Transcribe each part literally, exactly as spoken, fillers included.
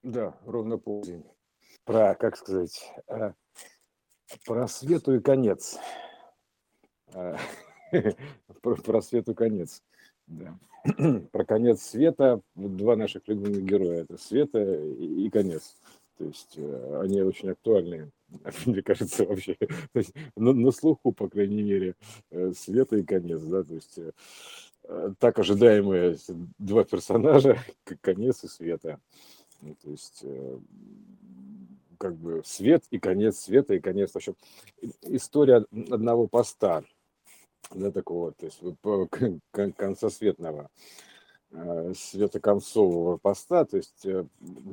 Да, ровно полдень. Про, как сказать, э, про свету и конец. Э, Про, про свету конец. Да. Про конец света. Вот два наших любимых героя. Это Света и, и конец. То есть э, они очень актуальны, мне кажется, вообще. То есть, на, на слуху, по крайней мере, э, Света и конец. Да? То есть э, э, так ожидаемые два персонажа, как конец и Света. Ну, то есть, э, как бы свет и конец света, и конец. В общем, и- история одного поста, да, такого, то есть вот по- кон- кон- концосветного, э, светоконцового поста, то есть э,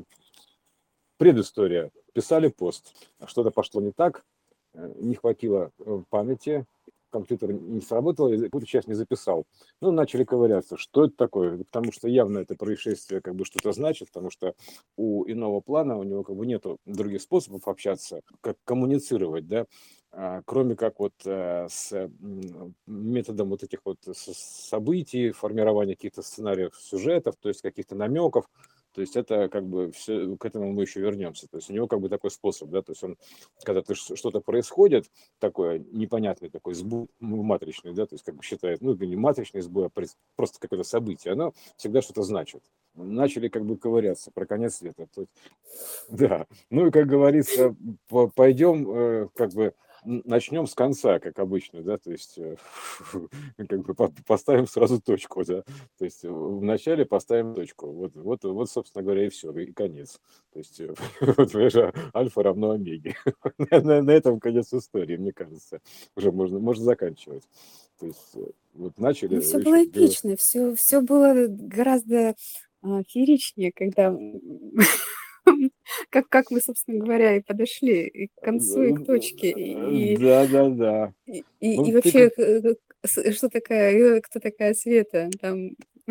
предыстория. Писали пост, а что-то пошло не так, э, не хватило э, памяти, компьютер не сработал, и какую-то часть не записал. Ну, начали ковыряться, что это такое, потому что явно это происшествие как бы что-то значит, потому что у иного плана, у него как бы нету других способов общаться, как коммуницировать, да, а, кроме как вот э, с м, методом вот этих вот с- событий, формирования каких-то сценариев, сюжетов, то есть каких-то намеков. То есть это как бы все, к этому мы еще вернемся. То есть у него как бы такой способ, да, то есть он, когда ты ш- что-то происходит, такое непонятный такой сбой ну, матричный, да, то есть как бы считает, ну, не матричный сбой, а прис- просто какое-то событие, оно всегда что-то значит. Начали как бы ковыряться про конец света. То есть, да, ну и как говорится, по- пойдем э, как бы н- начнем с конца, как обычно, да, то есть э, как бы по- поставим сразу точку, да, то есть э, в начале поставим точку, вот, вот, вот, собственно говоря, и все, и конец. То есть э, вот, понимаешь, а, альфа равно омеге. На, на- на этом конец истории, мне кажется. Уже можно, можно заканчивать. То есть э, вот начали Ну, все еще было в девяносто. эпично, все все было гораздо, а, фееричнее, когда, м, как как мы, собственно говоря, и подошли и к концу, и к точке. И Да, да, да. и и и Ну, ты вообще, как, э, э, с что такая, э, кто такая Света? Там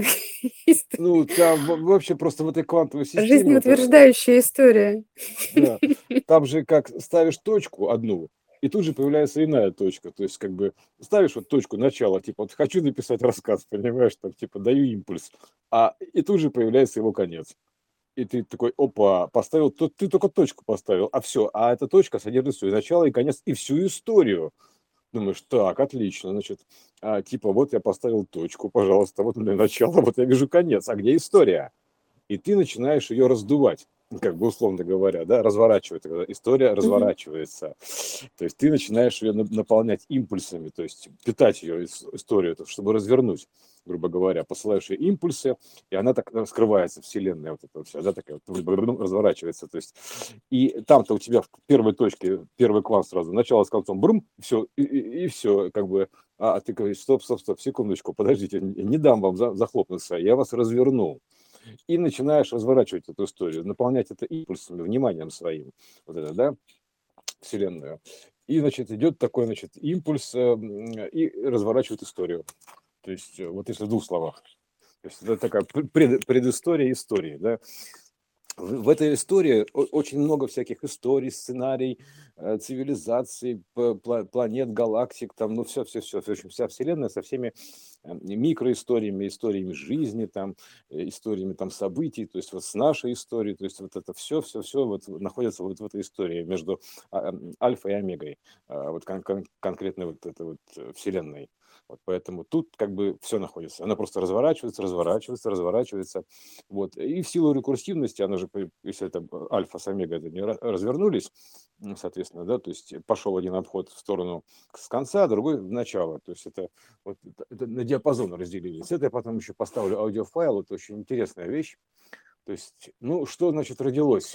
ист ну, там в- вообще просто в этой квантовой системе, вот, э, жизнеутверждающая история. да, там же как ставишь точку одну, и тут же появляется иная точка. То есть, как бы ставишь вот точку начала, типа, вот хочу написать рассказ, понимаешь, там, типа, даю импульс, а и тут же появляется его конец. И ты такой, опа, поставил, тут ты только точку поставил, а все, а эта точка содержит все, и начало, и конец, и всю историю. Думаешь, так, отлично, значит, а, типа, вот я поставил точку, пожалуйста, вот у меня начало, вот я вижу конец, а где история? И ты начинаешь ее раздувать, как бы условно говоря, да, разворачивать, когда история Мгм. разворачивается. То есть ты начинаешь ее наполнять импульсами, то есть питать ее историю, чтобы развернуть, грубо говоря, посылаешь ей импульсы, и она так раскрывается, вселенная вот эта вся, да, такая вот разворачивается. То есть и там-то у тебя в первой точке, первый класс сразу, начало с концом, брум, все, и, и, и все, как бы, а, а ты говоришь, стоп, стоп, стоп, секундочку, подождите, не дам вам за, захлопнуться, я вас разверну. И начинаешь разворачивать эту историю, наполнять это импульсами, вниманием своим, вот это, да, вселенную. И, значит, идет такой, значит, импульс э, и разворачивает историю. То есть, э, вот если в двух словах. То есть это такая пред, предыстория истории, да. В, в этой истории о- очень много всяких историй, сценарий, э, цивилизаций, п- пла- планет, галактик, там, ну, все, все, все, в общем, вся вселенная со всеми э, микроисториями, историями жизни, там, э, историями там событий, то есть вот с нашей историей, то есть вот это все, все, все вот находится вот в этой истории между а, м, альфой и омегой, а, вот кон- кон- конкретно вот этой вот э, вселенной. Вот поэтому тут как бы все находится. Она просто разворачивается, разворачивается, разворачивается. Вот. И в силу рекурсивности, она же, по- если это б- альфа с омега это не ра- развернулись, м, соответственно, да, то есть пошел один обход в сторону с конца, другой в начало. То есть это, вот, это, это на диапазон разделились. Это я потом еще поставлю аудиофайл, это очень интересная вещь. То есть, ну, что значит родилось?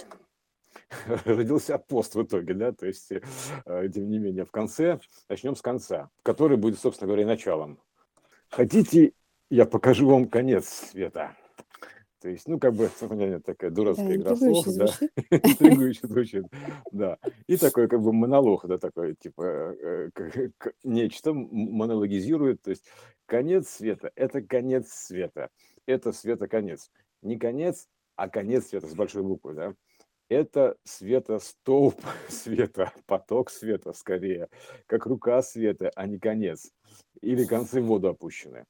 Родился пост в итоге, да, то есть, э, тем не менее, в конце, начнем с конца, который будет, собственно говоря, и началом. Хотите, я покажу вам конец света? То есть, ну, как бы, у меня нет, такая Да, дурацкая игра слов, интригующе да, звучит. интригующе звучит, да. И такой, как бы, монолог, да, такой, типа, э, к- к- нечто м- монологизирует, то есть, конец света– это конец света, это света конец. Не конец, а конец света с большой буквы, да. Это света столб света, поток света, скорее, как рука света, а не конец. Или концы в воду опущены.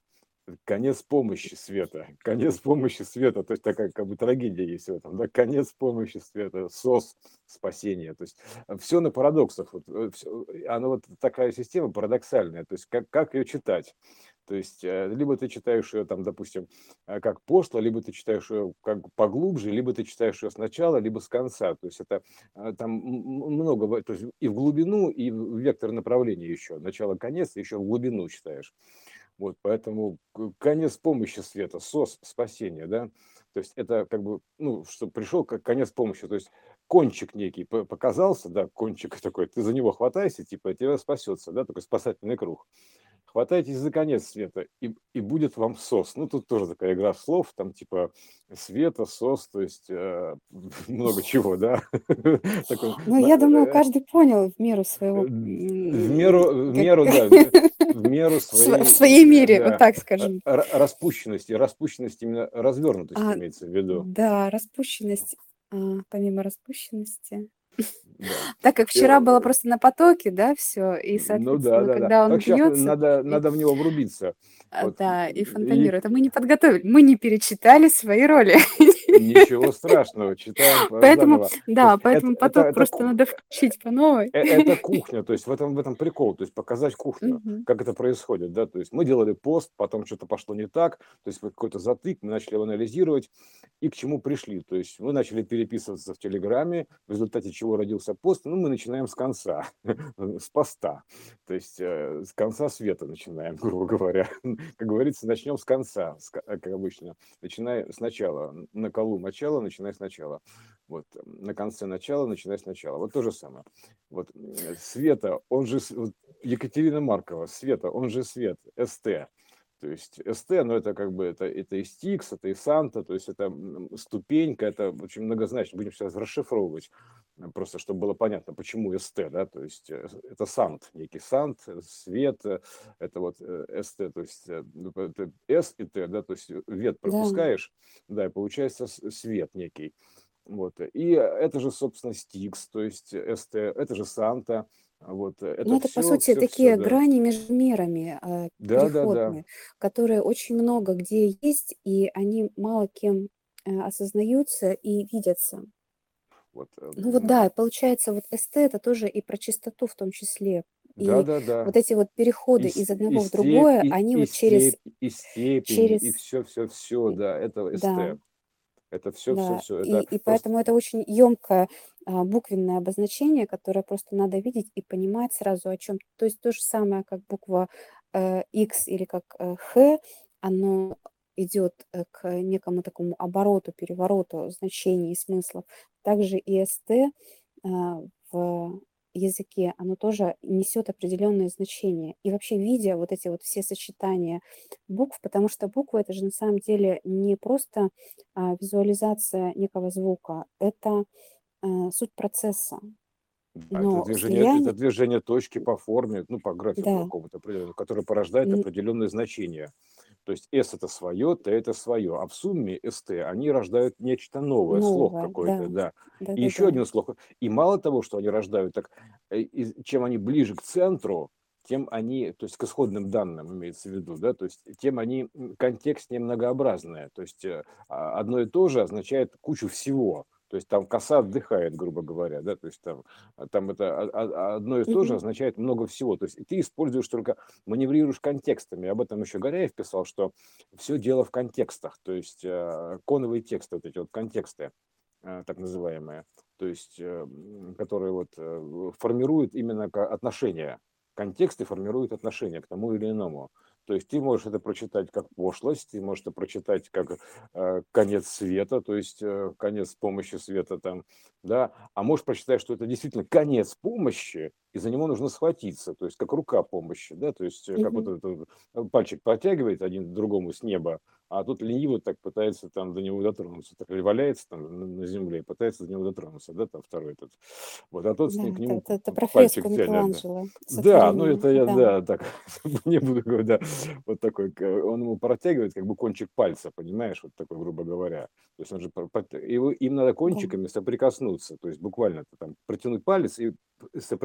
конец помощи света, конец помощи света, то есть такая как бы трагедия есть в этом, да, конец помощи света, сос спасения, то есть все на парадоксах, вот, э, всё, э, она вот такая система парадоксальная, то есть как, как ее читать, то есть э, либо ты читаешь ее там, допустим, э, как пошло, либо ты читаешь ее как бы поглубже, либо ты читаешь ее сначала, либо с конца, то есть это э, там м- м- много, в- то есть и в глубину, и в вектор направления еще, начало-конец, еще в глубину читаешь. Вот, поэтому к- конец помощи света, сос спасения, да, то есть это как бы, ну, что пришел как конец помощи, то есть кончик некий по- показался, да, кончик такой, ты за него хватайся, типа, и тебя спасется, да, такой спасательный круг. Хватайтесь за конец света, и, и будет вам сос. Ну, тут тоже такая игра слов, там типа света, сос, то есть э, много чего, да. Такой, Ну, на- я думаю, э, каждый понял в меру э, своего, в м, меру, в как меру, да, в ме- в меру в сво в своей, своей э, мере, вот да, так э, скажем. ра- распущенности, распущенности именно развернутости А, имеется в виду, да, распущенность, а, помимо распущенности, да. так как И, вчера было э, просто на потоке, да, все, и, ну да, соответственно, да, да. когда он Так сейчас бьется, надо, и, надо в него врубиться. а, Вот. да, и И фонтанирует. А мы не подготовили, мы не перечитали свои роли. ничего страшного, читаем по- Поэтому, заново. То да, есть это, поэтому это, поток это, просто ку- надо включить по новой. э, это кухня, то есть в этом, в этом прикол, то есть показать кухню, Мгм. как это происходит, да, то есть мы делали пост, потом что-то пошло не так, то есть вот какой-то затык, мы начали его анализировать и к чему пришли, то есть мы начали переписываться в Телеграме, в результате чего родился пост, ну, мы начинаем с конца, с поста, то есть э, с конца света начинаем, грубо говоря, как говорится, начнем с конца, с ко- как обычно, начиная сначала, на колу начало, начинай сначала, вот, на конце начала, начинай сначала, вот то же самое. Вот м, Света, он же с- вот Екатерина Маркова, Света, он же Свет, СТ. То есть СТ, ну это как бы это, это и Стикс, это и Санта, то есть это м, ступенька, это очень многозначно. Будем сейчас расшифровывать, э, просто чтобы было понятно, почему СТ, да, то есть э, это Сант, некий Сант, э, Свет, э, это вот э, СТ, то есть э, ну, это С и Т, да, то есть э, вет Да. пропускаешь, да, и получается с- свет некий. Вот. И это же, собственно, Стикс, то есть СТ, это же Санта. Вот. Это Ну, это, по все, сути, все, все, такие да. грани между мирами, а, Да, да, да. переходные, которые очень много где есть, и они мало кем, э, осознаются и видятся. Вот. Ну вот эм, да, и получается, вот эсте- это тоже и про чистоту в том числе. Да, И да, да. вот эти вот И, переходы с- из и одного в степь, другое, и, они и вот через степь, и степени, и через все, все, все, м, да, это да, СТ. Это все, все, да. все. И Это и просто. поэтому это очень ёмкое, а, буквенное обозначение, которое просто надо видеть и понимать сразу, о чем. То есть то же самое, как буква, э, икс или как, э, х, оно идет, э, к некому такому обороту, перевороту значений и смыслов. Также и эсте, а, в языке, оно тоже несет определенные значения. И вообще, видя вот эти вот все сочетания букв, потому что буквы- это же на самом деле не просто а, визуализация некого звука- это, э, суть процесса. Да, это Но движение, это слияние движение точки по форме, ну, по графику да, какому-то определенному, которое порождает н определенные значения. То есть S это свое, T это свое, а в сумме S T они рождают нечто новое, слог новое, какой-то, да. да. И еще Да-да-да. один слог. И мало того, что они рождают, так э, и чем они ближе к центру, тем они, то есть к исходным данным имеется в виду, да, то есть тем они м, контекстнее многообразные. То есть э, а, одно и то же означает кучу всего. То есть там коса отдыхает, грубо говоря, да, то есть там, а, там это а- а- одно и то же Мгм. означает много всего. То есть ты используешь только маневрируешь контекстами. Об этом еще Горяев писал, что все дело в контекстах, то есть э, коновые тексты, вот эти вот контексты, э, так называемые, то есть э, м, которые вот э, формируют именно ка- отношения. Контексты формируют отношения к тому или иному. То есть ты можешь это прочитать как пошлость, ты можешь это прочитать как э, конец света, то есть э, конец помощи света там, да, а можешь прочитать, что это действительно конец помощи, и за него нужно схватиться, то есть как рука помощи, да, то есть э, как вот Мгм. этот э, пальчик протягивает один к другому с неба, а тут лениво так пытается там до него дотронуться, так или валяется там на, на земле, пытается до него дотронуться, да, там второй этот, вот, а тот с Да, ним к это нему это это про пальчик фреску тянет, да. Микеланджело Да, ну сотворение. это я, Да, да, так, не буду говорить, да, вот такой, к- он ему протягивает как бы кончик пальца, понимаешь, вот такой, грубо говоря, то есть он же, про- пот- его- им надо да. кончиками соприкоснуться, то есть буквально ты там протянуть палец и соприкоснешься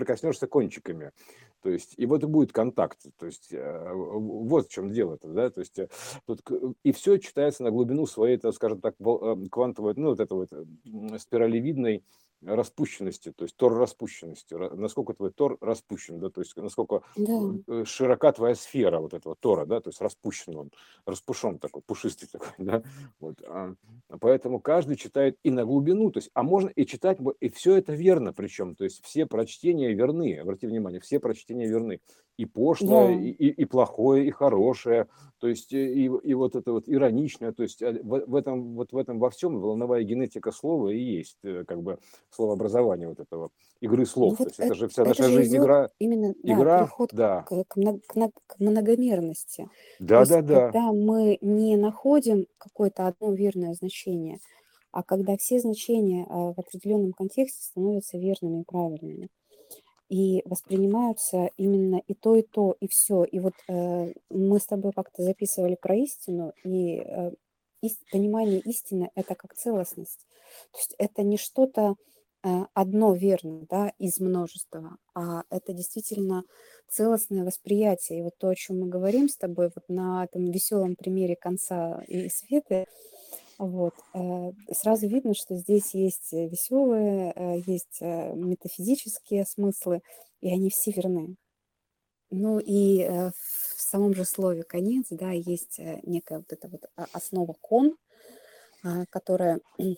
касаешься кончиками. То есть, и вот и будет контакт. То есть, э, вот в чем дело-то, да, то есть, э, тут, к- и все читается на глубину своей, так скажем так, вол- э, квантовой, ну, вот это вот э, м, спиралевидной распущенности, то есть тор распущенности, ра- насколько твой тор распущен, да, то есть насколько Да, э, широка твоя сфера вот этого тора, да, то есть распущен он, распушен такой, пушистый такой, да, вот, а, поэтому каждый читает и на глубину, то есть, а можно и читать, бо- и все это верно, причем, то есть все прочтения верны, обрати внимание, все прочтения верны, и пошлое, да. и, и, и плохое, и хорошее, то есть, э, и, и вот это вот ироничное, то есть, э, в, в этом, вот в этом во всем волновая генетика слова и есть, э, как бы, словообразование вот этого, игры Ну слов, то вот есть, это эт же вся это наша же жизнь идет игра, именно, да, игра, переход да, к к мно к на к многомерности. То есть да-да-да. когда мы не находим какое-то одно верное значение, а когда все значения, а, в определенном контексте становятся верными и правильными. И воспринимаются именно и то, и то, и все. И вот, э, мы с тобой как-то записывали про истину, и, э, ис понимание истины — это как целостность. То есть это не что-то, э, одно верное, да, из множества, а это действительно целостное восприятие. И вот то, о чем мы говорим с тобой вот на этом веселом примере конца и света, вот, э, сразу видно, что здесь есть э, веселые, э, есть э, метафизические смыслы, и они все верны. Ну и э, в самом же слове «конец», да, есть э, некая вот эта вот а- основа «кон», а, которая,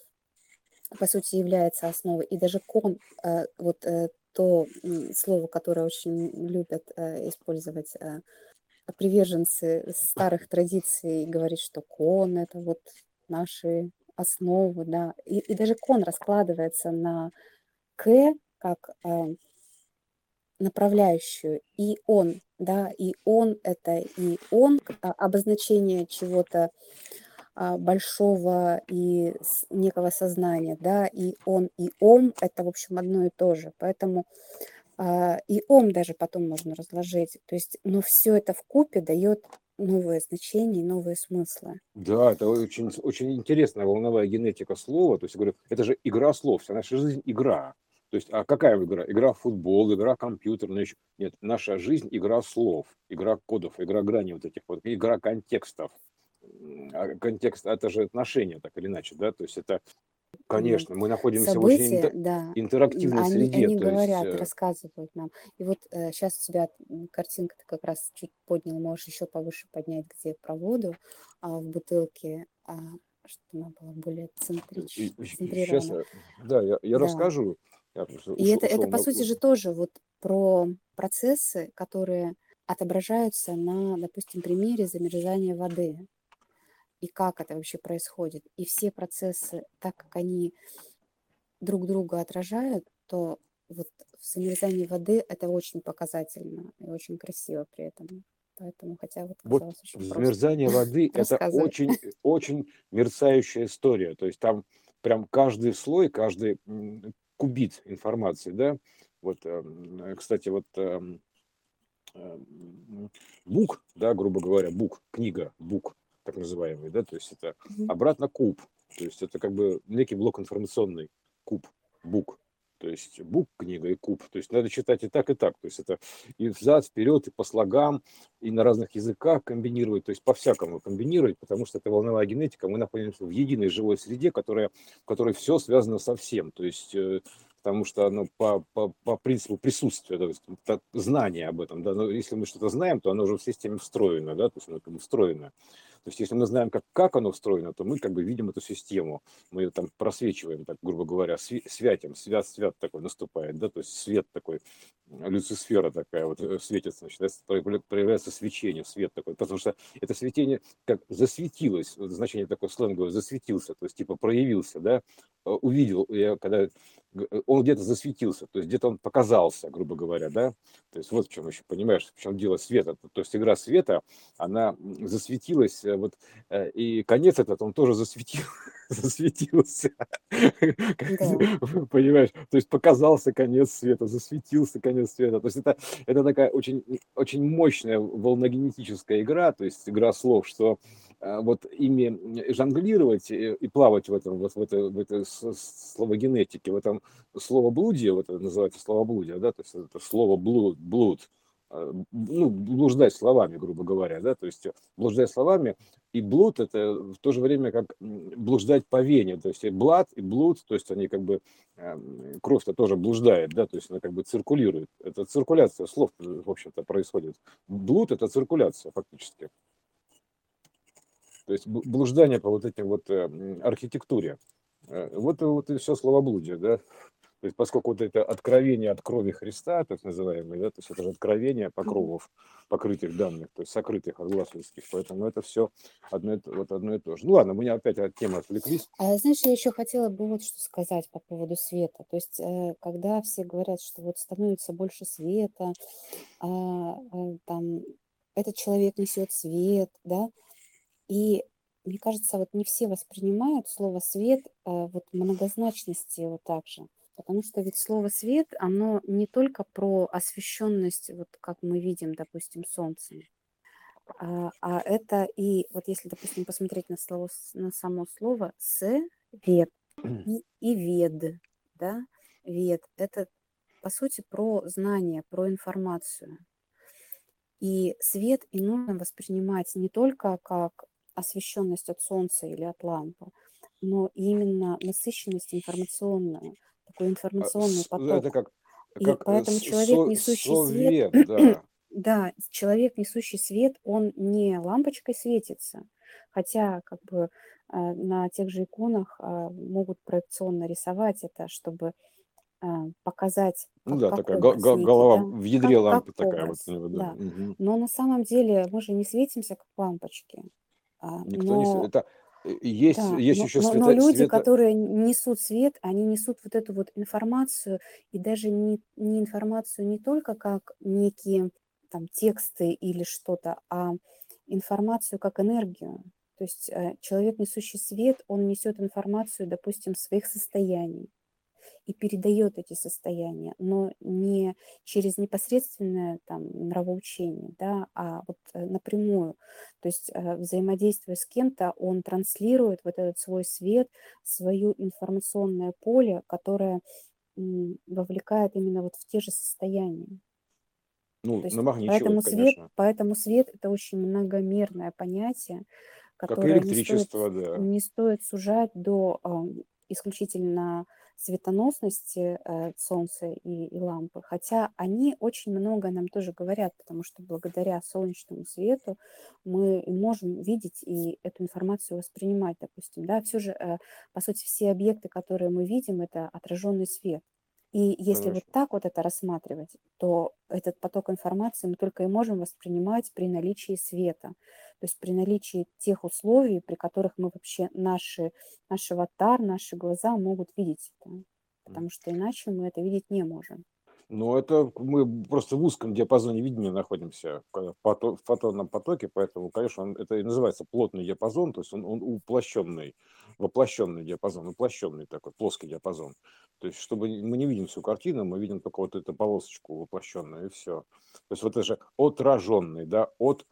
по сути, является основой. И даже «кон», э, вот э, то м, слово, которое очень любят э, использовать э, приверженцы старых традиций, говорить, что кон — это вот наши основы, да. И, и даже кон раскладывается на к как а, направляющую, и он, да, и он — это и он, к- а, обозначение чего-то а, большого и с- некого сознания, да, и он, и ом — это, в общем, одно и то же. Поэтому а, и ом даже потом можно разложить. То есть, но все это вкупе дает новые значения и новые смыслы. Да, это очень, очень интересная волновая генетика слова. То есть, я говорю, это же игра слов, вся наша жизнь игра. То есть, а какая игра? Игра в футбол, игра компьютерная еще. Нет, наша жизнь игра слов, игра кодов, игра граней вот этих вот, игра контекстов. М, А контекст это же отношения, так или иначе, да, то есть это, Вот. конечно, мы находимся в очень События, интер- да, м, интерактивной они, среде, они то есть, говорят и э, рассказывают нам. И вот сейчас у тебя м, картинка ты как раз чуть поднял, можешь еще повыше поднять, где про воду а, в бутылке, а, чтобы она была более центрич, сейчас, центрирована. да, я, я Да. расскажу, я просто И ушел, это, это, ушел по на... сути же, тоже вот про процессы, которые отображаются на, допустим, примере замерзания воды и как это вообще происходит. И все процессы, так как они друг друга отражают, то вот в замерзании воды это очень показательно и очень красиво при этом. Поэтому, хотя вот Вот казалось очень просто. замерзание воды — это Рассказывай. очень, очень мерцающая история. То есть там прям каждый слой, каждый м, кубит информации, да. Вот, эм, э, кстати, вот эм, эм, бук, да, грубо говоря, бук, книга, бук, так называемый, да, то есть это Мгм. обратно куб, то есть это как бы некий блок информационный, куб, бук, то есть бук, книга и куб, то есть надо читать и так, и так, то есть это и взад, вперед, и по слогам, и на разных языках комбинировать, то есть по-всякому комбинировать, потому что это волновая генетика, мы находимся в единой живой среде, которая, в которой все связано со всем, то есть э, потому что оно по, по, по принципу присутствия, то есть так, знание об этом, да, но если мы что-то знаем, то оно уже в системе встроено, да, то есть оно как бы встроено. То есть если мы знаем, как, как оно встроено, то мы как бы видим эту систему, мы ее там просвечиваем, так грубо говоря, сви- святим, свят, свят такой наступает, да, то есть свет такой, м, люцисфера такая вот э, светится, начинает проявля- проявляется свечение, свет такой, потому что это свечение как засветилось, вот значение такое сленговое, засветился, то есть типа проявился, да, э, увидел, я когда г- э, он где-то засветился, то есть где-то он показался, грубо говоря, да, то есть вот в чем еще, понимаешь, в чем дело света, то есть игра света, она м, засветилась, э, вот, э, и конец этот, он тоже засветил, засветился, Да. понимаешь, то есть показался конец света, засветился конец света, то есть это, это такая очень, очень мощная волногенетическая игра, то есть игра слов, что а, вот ими жонглировать и, и плавать в этом, вот в этой, в этой с- с- словогенетике, в этом словоблудие, вот это называется словоблудие, да, то есть это слово блуд, блуд, а, ну, блуждать словами, грубо говоря, да, то есть блуждать словами, и блуд это в то же время как м, блуждать по вене, то есть и блад, и блуд, то есть они как бы, эм, кровь-то тоже блуждает, да, то есть она как бы циркулирует. Это циркуляция слов, в общем-то, происходит. Блуд это циркуляция фактически. То есть бл- блуждание по вот этим вот э, м, архитектуре. Э, Вот, и- вот и все словоблудие, да. То есть поскольку вот это откровение от крови Христа, так называемое, да, то есть это же откровение Мгм. покровов, покрытых данных, то есть сокрытых от глаз людских, поэтому это все одно, и то- вот одно и то же. Ну ладно, мы не опять от темы отвлеклись. А знаешь, я еще хотела бы вот что сказать по поводу света. То есть, э, когда все говорят, что вот становится больше света, а, э, там этот человек несет свет, да, и мне кажется, вот не все воспринимают слово свет а, вот многозначности вот так же. Потому что ведь слово свет, оно не только про освещенность, вот как мы видим, допустим, солнцем, а, а это и вот если, допустим, посмотреть на слово, с- на само слово свет и, и вед, да, вед, это по сути про знание, про информацию. И свет и нужно воспринимать не только как освещенность от солнца или от лампы, но и именно насыщенность информационную, такой А, информационный с- Это поток. как, И как э, поэтому с- человек, со- несущий свет, совет, да. да, человек, несущий свет, он не лампочкой светится, хотя как бы а, на тех же иконах а, могут проекционно рисовать это, чтобы а, показать Ну как, да, как такая го- образ го- некий, голова да, в как, ядре как лампы такая вот у образ, него, да. да. Мгм. Но на самом деле мы же не светимся как лампочки. А, Никто не... с- но, Это э, есть, да, есть но, еще но, но света, люди, света... которые несут свет, они несут вот эту вот информацию, и даже не, не информацию не только как некие там тексты или что-то, а информацию как энергию. То есть э, человек, несущий свет, он несет информацию, допустим, своих состояний и передает эти состояния, но не через непосредственное там нравоучение, да, а вот э, напрямую. То есть э, взаимодействуя с кем-то, он транслирует вот этот свой свет, свое информационное поле, которое м, вовлекает именно вот в те же состояния. Ну, То есть намагничивает, поэтому свет, конечно. поэтому свет это очень многомерное понятие, Как и которое не стоит, электричество, да. не стоит сужать до а, исключительно светоносности э, Солнца и, и лампы. Хотя они очень много нам тоже говорят, потому что благодаря солнечному свету мы и можем видеть и эту информацию воспринимать, допустим. Да? Все же, э, по сути, все объекты, которые мы видим, это отраженный свет. И если вот Конечно. так вот это рассматривать, то этот поток информации мы только и можем воспринимать при наличии света. То есть при наличии тех условий, при которых мы вообще наши, наш аватар, наши глаза могут видеть это. М. Потому что иначе мы это видеть не можем. Но это мы просто в узком диапазоне видения находимся, в пото- в фотонном потоке, поэтому, конечно, он- это и называется плотный диапазон, то есть он, он уплощенный, воплощенный диапазон, уплощенный такой, плоский диапазон. То есть, чтобы не- мы не видим всю картину, мы видим только вот эту полосочку воплощенную, и все. То есть, вот это же отраженный, да,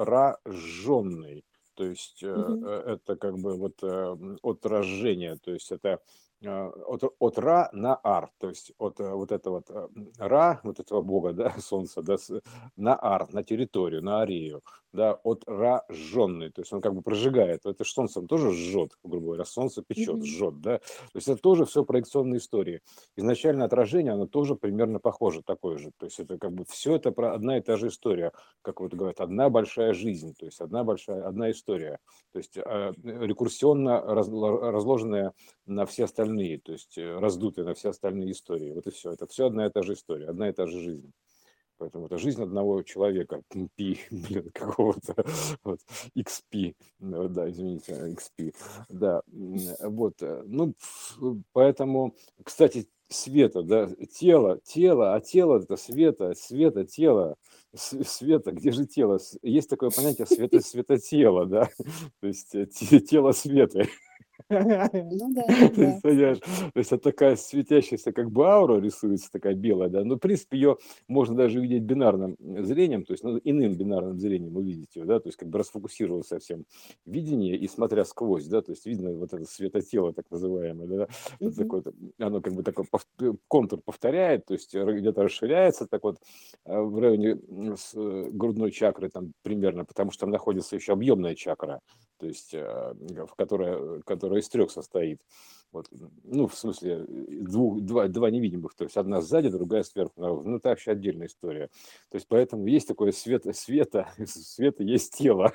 отраженный. То есть, э, Мгм. э, это как бы вот э, м, отражение, то есть, это э, от, от Ра на Ар, то есть от э, вот этого вот э, Ра, вот этого бога, да, солнца, да, с- на Ар, на территорию, на Арию, да, от Ра жженный, то есть он как бы прожигает, это же солнце тоже жжет, грубо говоря, солнце печет, Мгм. жжет, да, то есть это тоже все проекционные истории. Изначально отражение, оно тоже примерно похоже, такое же, то есть это как бы все это про одна и та же история, как вот говорят, одна большая жизнь, то есть одна большая, одна история, то есть э, рекурсионно раз- разложенная на все остальные, то есть э, раздутые на все остальные истории. Вот и все. Это все одна и та же история, одна и та же жизнь. Поэтому это жизнь одного человека, пи, блин, какого-то, вот, икс пи, ну, да, извините, икс пи, да, м, вот, э, ну, пф, поэтому, кстати, света, да, тело, тело, а тело это света, света, тело, с- света, где же тело? С- Есть такое понятие света, светотело, да, то есть э, те- тело света, Ну да, да, Представляешь? кстати. То есть это такая светящаяся как бы аура рисуется, такая белая, да. Но, в принципе, ее можно даже видеть бинарным м, зрением, то есть ну, иным бинарным зрением увидеть ее, да, то есть как бы расфокусировать совсем видение и смотря сквозь, да, то есть видно вот это светотело так называемое, да, вот Мгм. такое, оно как бы такой пов- контур повторяет, то есть р- где-то расширяется так вот э, в районе м, с, э, грудной чакры там примерно, потому что там находится еще объемная чакра, то есть, э, в которая, которая из трех состоит. Вот, ну, в смысле, э, двух, два, два невидимых, то есть одна сзади, другая сверху. наружу. Ну, это вообще отдельная история. То есть, поэтому есть такое света, света, света есть тело.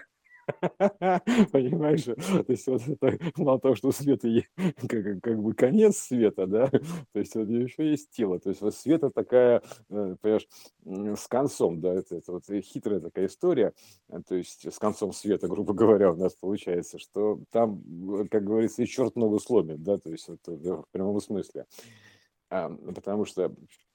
Понимаешь? То есть вот это, мало того, что у света есть как, как бы конец света, да, то есть вот еще есть тело. То есть вот света такая, э, понимаешь, м, с концом, да, это, это вот хитрая такая история, э, то есть с концом света, грубо говоря, у нас получается, что там, э, как говорится, и черт ногу сломит, да, то есть вот, э, в прямом смысле. А, потому что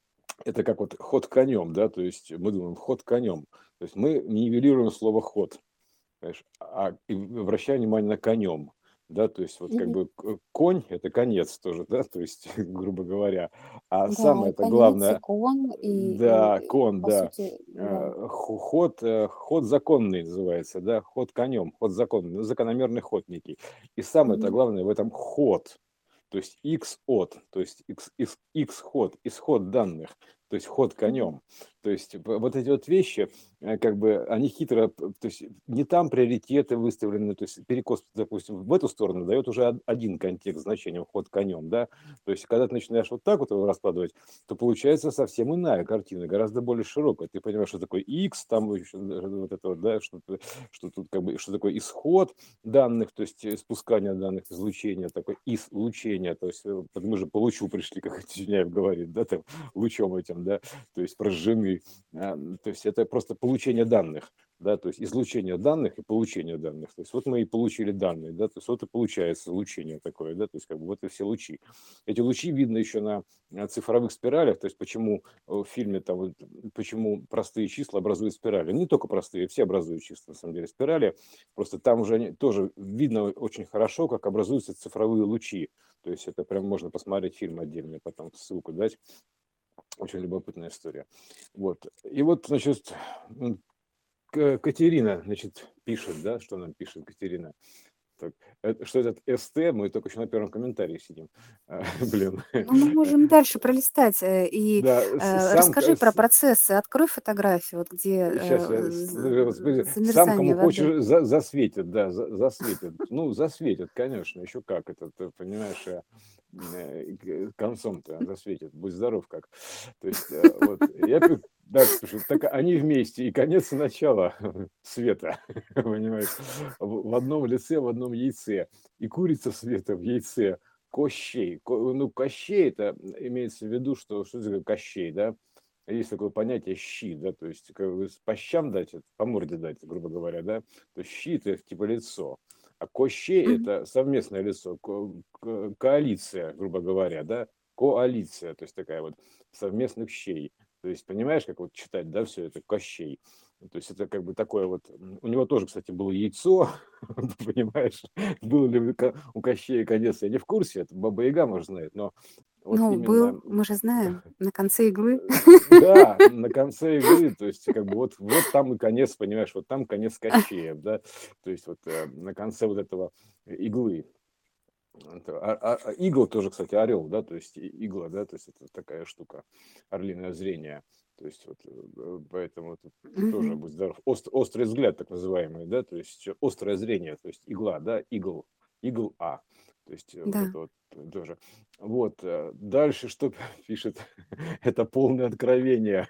это как вот ход конем, да, то есть мы думаем, ход конем. То есть мы нивелируем слово ход. Понимаешь? А и обращай внимание на конем, да, то есть вот как Мгм. бы к- конь это конец тоже, да, то есть, грубо говоря. А Да, и самое-то конец, и главное, кон, и, да, и, кон, по да, сути, да. э, ху- ход, э, ход законный называется, да, ход конем, ход законный, ну, закономерный ход некий. И самое-то Мгм. главное в этом ход, то есть x от, то есть x, x, x ход, исход данных, то есть ход Мгм. конем. То есть в- вот эти вот вещи, э, как бы они хитро, п- то есть не там приоритеты выставлены, то есть перекос, допустим, в эту сторону дает уже од- один контекст значения ход конем, да. То есть когда ты начинаешь вот так вот его раскладывать, то получается совсем иная картина, гораздо более широкая. Ты понимаешь, что такое x, там еще даже вот это вот, да, что, что тут как бы, что такое исход данных, то есть э, спускание данных, излучения, такое излучение, то есть э, мы же по лучу пришли, как Тюняев говорит, да, там лучом этим, да, то есть прожжены, а, то есть это просто получение данных, да, то есть излучение данных и получение данных, то есть вот мы и получили данные, да, то есть вот и получается излучение такое, да, то есть как бы вот и все лучи. Эти лучи видно еще на э, цифровых спиралях, то есть почему э, в фильме там, вот, почему простые числа образуют спирали, не только простые, все образуют числа, на самом деле, спирали, просто там уже они, тоже видно очень хорошо, как образуются цифровые лучи, то есть это прям можно посмотреть фильм отдельный, потом ссылку дать, очень любопытная история. Вот. И вот, значит, м, К- Катерина, значит, пишет, да, что нам пишет Катерина. Так, это- что этот эс тэ, мы только еще на первом комментарии сидим. А, Блин. Ну, мы можем дальше пролистать, э, и, Да, с- э, сам, расскажи про процессы. Открой фотографию, вот где, сейчас, э, я, з сам замерзание кому воды. хочешь, за- засветит, да, за- засветит. Ну, засветит, конечно, еще как это, ты понимаешь, э, э, к- концом-то засветит, будь здоров как. То есть, э, вот, я пи- дальше пишу, так они вместе, и конец, и начало света, понимаешь, в в одном лице, в одном яйце, и курица света в яйце, Кощей. Ко- Ну, Кощей, это имеется в виду, что, что это такое Кощей, да? Есть такое понятие щи, да, то есть как бы по щам дать, это по морде дать, грубо говоря, да, то есть щи это типа лицо, а Кощей Мгм. это совместное лицо, ко- ко- коалиция, грубо говоря, да, коалиция, то есть такая вот совместных щей, то есть понимаешь, как вот читать, да, все это Кощей, то есть это как бы такое вот, м, у него тоже, кстати, было яйцо, понимаешь, было ли у Ко- у Кощея конец, я не в курсе, это Баба Яга, может, знает, но вот Ну, был, именно мы же знаем, на конце иглы. да, на конце иглы, то есть как бы вот, вот там и конец, понимаешь, вот там конец Кощея, да, то есть вот э, на конце вот этого иглы. Это, а, а- а игл тоже, кстати, орел, да, то есть и- игла, да, то есть это такая штука, орлиное зрение. То есть вот э, поэтому тут тоже Мгм. будь здоров. Ост- острый взгляд, так называемый, да, то есть острое зрение, то есть игла, да, игл, игл А. То есть э, вот Да. это вот тоже. Вот э, дальше что пишет? Это полное откровение.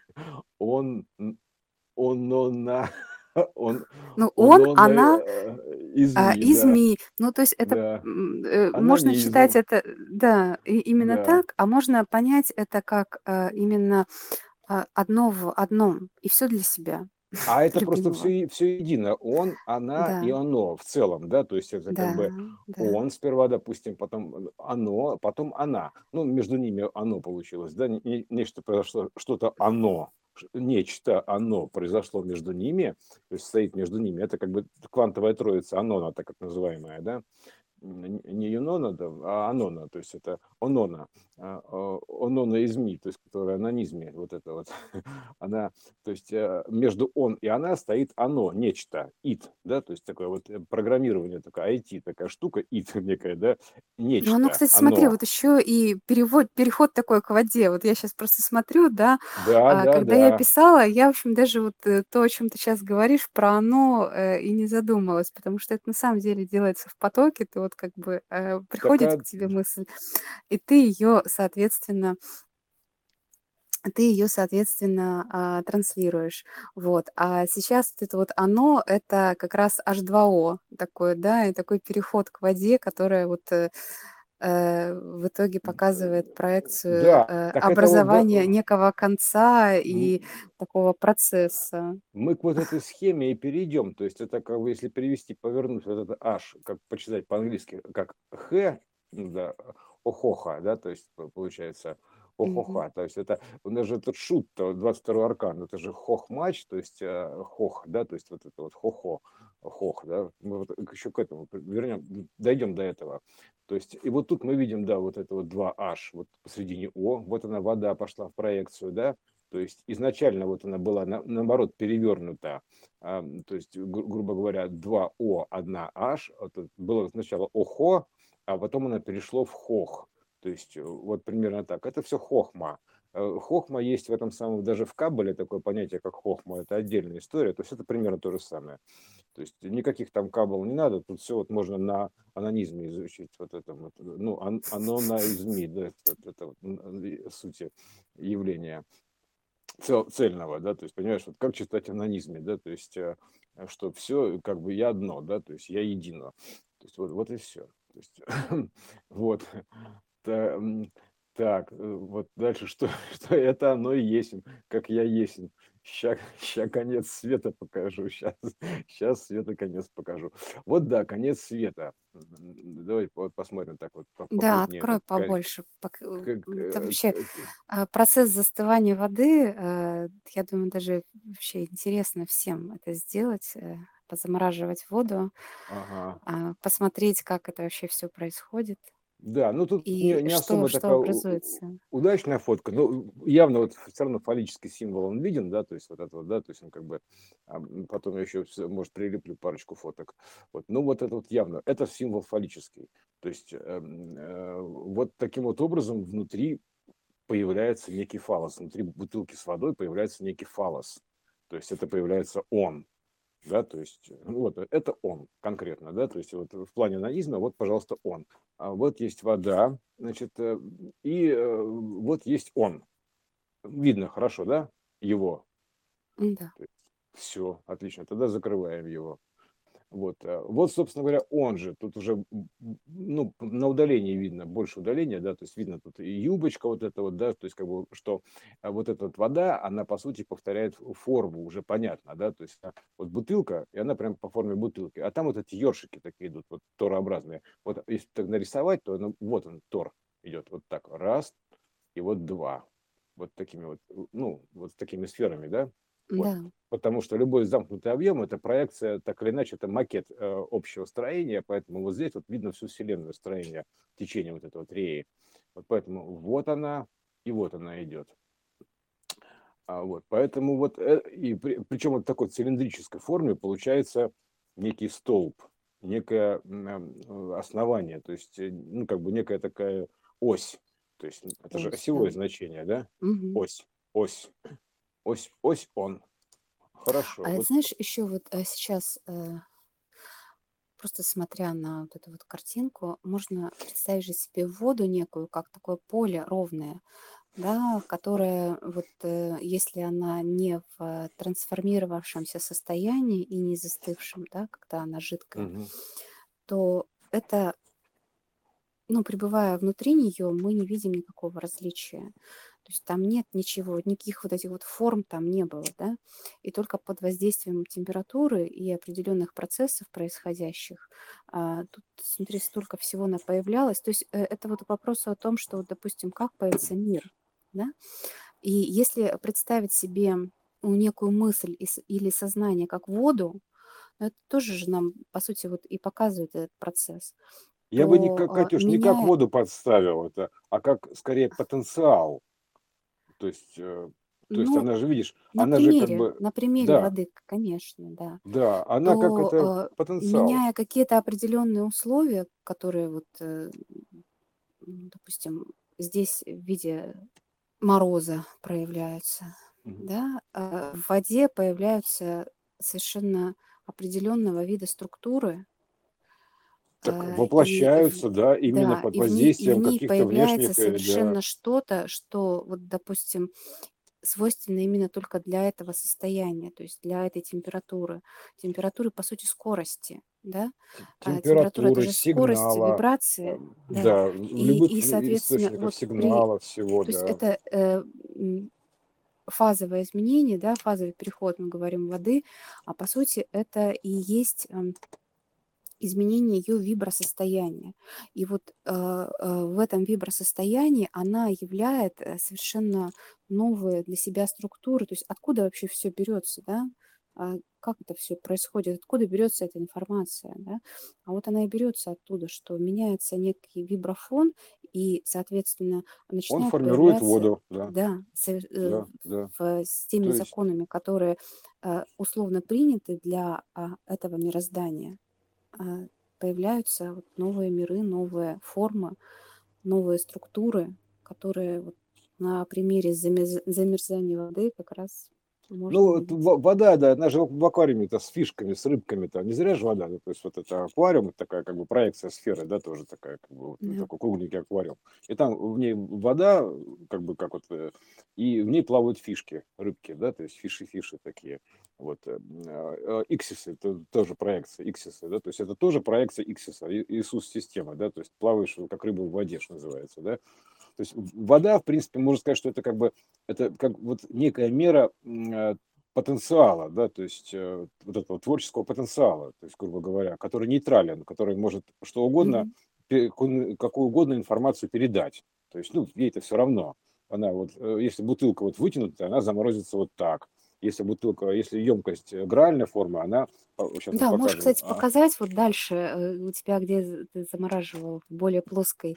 Он, н- он, он, на- он, Ну, он, он, он, она, э, а, изми, и да, змей. Ну, то есть это, да. м, э, можно читать Анонизм, это, э, да, и именно да. так, а можно понять это как, а, именно, а, одно в одном, и все для себя А это просто любимого. все, все едино. Он, она и Да, оно в целом, да, то есть это да, как бы да. он сперва, допустим, потом оно, потом она. Ну, между ними оно получилось, да, не- нечто произошло, что-то оно, ш- нечто оно произошло между ними, то есть стоит между ними. Это как бы квантовая троица, оно, она так как называемая, да. н- не Юнона, да, а Анона, то есть это Онона, а, о- Онона из Ми, то есть которая анонизме, вот это вот, она, то есть э, между он и она стоит оно, нечто, ит, да, то есть такое вот э, программирование, такое ай ти, такая штука, ит некая, да, Ну, оно, нечто, кстати, смотри, оно, вот еще и перевод, переход такой к воде. Вот я сейчас просто смотрю, да, да, а, да, когда я да, писала, я, в общем, даже вот э, то, о чем ты сейчас говоришь, про оно э, и не задумалась, потому что это на самом деле делается в потоке, ты вот как бы э, приходит такая, к тебе мысль, и ты ее, соответственно, ты ее, соответственно, а, транслируешь. Вот. А сейчас вот это вот оно — это как раз эйч два о такое, да, и такой переход к воде, которая вот э, э, в итоге показывает проекцию да, э, так это вот, да, образования некого конца м, и такого процесса. мы к вот этой схеме и перейдем. То есть это как бы, если перевести, повернуть вот это H, как почитать по-английски, как Х, ну да, охоха, да, то есть по- получается Мгм. охоха. То есть это, у нас же этот шут, то двадцать второй аркан, это же хохмач, то есть э, хох, да, то есть вот это вот хохо, хох, да. Мы вот еще к этому вернем, дойдем до этого. То есть, и вот тут мы видим, да, вот это вот два H, вот посредине О, вот она вода пошла в проекцию, да, то есть изначально вот она была на- наоборот перевернута, а, то есть, гру- грубо говоря, два О, одна H, это было сначала ОХО, а потом она перешло в ХОХ. То есть э, вот примерно так. Это все хохма. Э, Хохма есть в этом самом, даже в Каббале такое понятие, как хохма, это отдельная история, то есть это примерно то же самое. То есть никаких там каббал не надо, тут все вот можно на анонизме изучить, вот это вот, ну, ан- анонизме, да, вот это вот, н- н- сути явления цел- цельного, да, то есть, понимаешь, вот как читать анонизме, да, то есть, э, что все, как бы я одно, да, то есть я едино, то есть вот, вот и все, то есть, вот, Та- м, так, э, вот дальше, что, что это оно и есть, как я есть, ща, ща конец света покажу, сейчас, сейчас света конец покажу, вот да, конец света. М, давай вот посмотрим так вот по- Да, покрупнее, открой так, ка- побольше. пок- э, как, Это э, вообще к- а, процесс застывания воды. э, Я думаю, даже вообще интересно всем это сделать, э, позамораживать воду, ага. а, посмотреть, как это вообще все происходит Да, ну тут не, и не что, особо что такая у- у- образуется. удачная фотка, но явно вот все равно фаллический символ он виден, да, то есть вот это вот, да, то есть он как бы, а, м, потом я еще, всё, может, прилеплю парочку фоток, вот, ну вот это вот явно, это символ фаллический, то есть эм, э, вот таким вот образом внутри появляется некий фалос, внутри бутылки с водой появляется некий фалос, то есть это появляется он, да, то есть, э, ну вот, э, это он конкретно, да, то есть вот в плане анонизма, вот, пожалуйста, он. А вот есть вода, значит, э, и э, вот есть он. Видно хорошо, да, его. Да. Все, отлично, тогда закрываем его. Вот, э, вот, собственно говоря, он же, тут уже, м, м, ну, на удалении видно, больше удаления, да, то есть видно тут и юбочка вот эта вот, да, то есть как бы, что а, вот эта вот вода, она, по сути, повторяет ф- форму, уже понятно, да, то есть а, вот бутылка, и она прям по форме бутылки, а там вот эти ёршики такие идут, вот торообразные. Вот если так нарисовать, то ну, вот он, тор идет вот так, раз, и вот два, вот такими вот, э, ну, вот с такими сферами, да, вот, Да. потому что любой замкнутый объем — это проекция, так или иначе, это макет э, общего строения, поэтому вот здесь вот видно всю вселенную строения течения вот этого вот реи. Вот поэтому вот она, и вот она идет. А вот, поэтому вот, э, и при, причем вот в такой цилиндрической форме получается некий столб, некое м, э, основание, то есть, э, ну, как бы некая такая ось. То есть это же Ось, да. осевое значение, да? Мгм. Ось, ось, ось, ось, он. Хорошо. А это, Вот. знаешь, еще вот э, сейчас, э, просто смотря на вот эту вот картинку, можно представить же себе воду некую, как такое поле ровное, да, которая вот, э, если она не в трансформировавшемся состоянии и не застывшем, да, когда она жидкая, Мгм. то это, ну, пребывая внутри нее, мы не видим никакого различия. То есть там нет ничего, никаких вот этих вот форм там не было, да. И только под воздействием температуры и определенных процессов происходящих, а, тут, смотри, столько всего на появлялось. То есть э, это вот к вопросу о том, что, вот, допустим, как появится мир, да. И если представить себе ну, некую мысль и с- или сознание как воду, ну, это тоже же нам, по сути, вот и показывает этот процесс. Я бы не то, как, а, Катюш, не как меняя воду подставил это, а как скорее потенциал. То есть, э, то есть ну, она же, видишь, на она же как примере бы, на примере да, воды, к конечно, да. да, она как То, это а, потенциал. меняя какие-то определенные условия, которые вот, э, м, допустим, здесь в виде мороза проявляются, Мгм. да, а в воде появляются совершенно определенного вида структуры, Так а, и в воплощаются, да, именно да, под и в ней и в воздействием ней каких-то появляется внешних, э, да. совершенно что-то, что вот, допустим, свойственно именно только для этого состояния, то есть для этой температуры. Температуры, по сути, скорости, да. Те А температура- это температуры, же скорость сигнала, вибрации, эм, да. да, в И любых и, и соответственно, источниках вот при сигнала всего, то есть да. это, э, м, фазовое изменение, да, фазовый переход, мы говорим, воды, а по сути это и есть, эм, изменение ее вибросостояния. И вот, э, э, в этом вибросостоянии она являет, э, совершенно новые для себя структуры. То есть откуда вообще все берется, да? А, как это все происходит? Откуда берется эта информация, да? А вот она и берется оттуда, что меняется некий виброфон, и, соответственно, Он начинают формирует появляться, воду, да, да, сове э, да, да. в с теми То есть, законами, которые, э, условно приняты для, а, этого мироздания, а, появляются вот новые миры, новые формы, новые структуры, которые вот на примере замез замерзания воды как раз ну, можно вот увидеть. во вода, да, она же в аквариуме-то с фишками, с рыбками-то, не зря же вода, да, то есть вот это аквариум, это такая как бы проекция сферы, да, тоже такая, как бы, вот, ну, Да. такой кругленький аквариум. И там в ней вода, как бы как вот, э, и в ней плавают фишки, рыбки, да, то есть фиши-фиши такие. Вот, э, а, а, иксисы, это тоже проекция, иксисы, да, то есть это тоже проекция иксиса, И- Иисус-система, да, то есть плаваешь как рыба в воде, что называется, да. То есть в- вода, в принципе, можно сказать, что это как бы это как вот некая мера м, э, потенциала, да, то есть э, вот этого творческого потенциала, то есть, грубо говоря, который нейтрален, который может что угодно, Мгм. пе- ку- какую угодно информацию передать. То есть, ну, ей это все равно. Она вот, э, если бутылка вот вытянута, она заморозится вот так. Если бутылка, если емкость э, граальной формы, она, сейчас мы Да, можешь, покажем, кстати, а, показать вот дальше, э, у тебя, где з ты замораживал в более плоской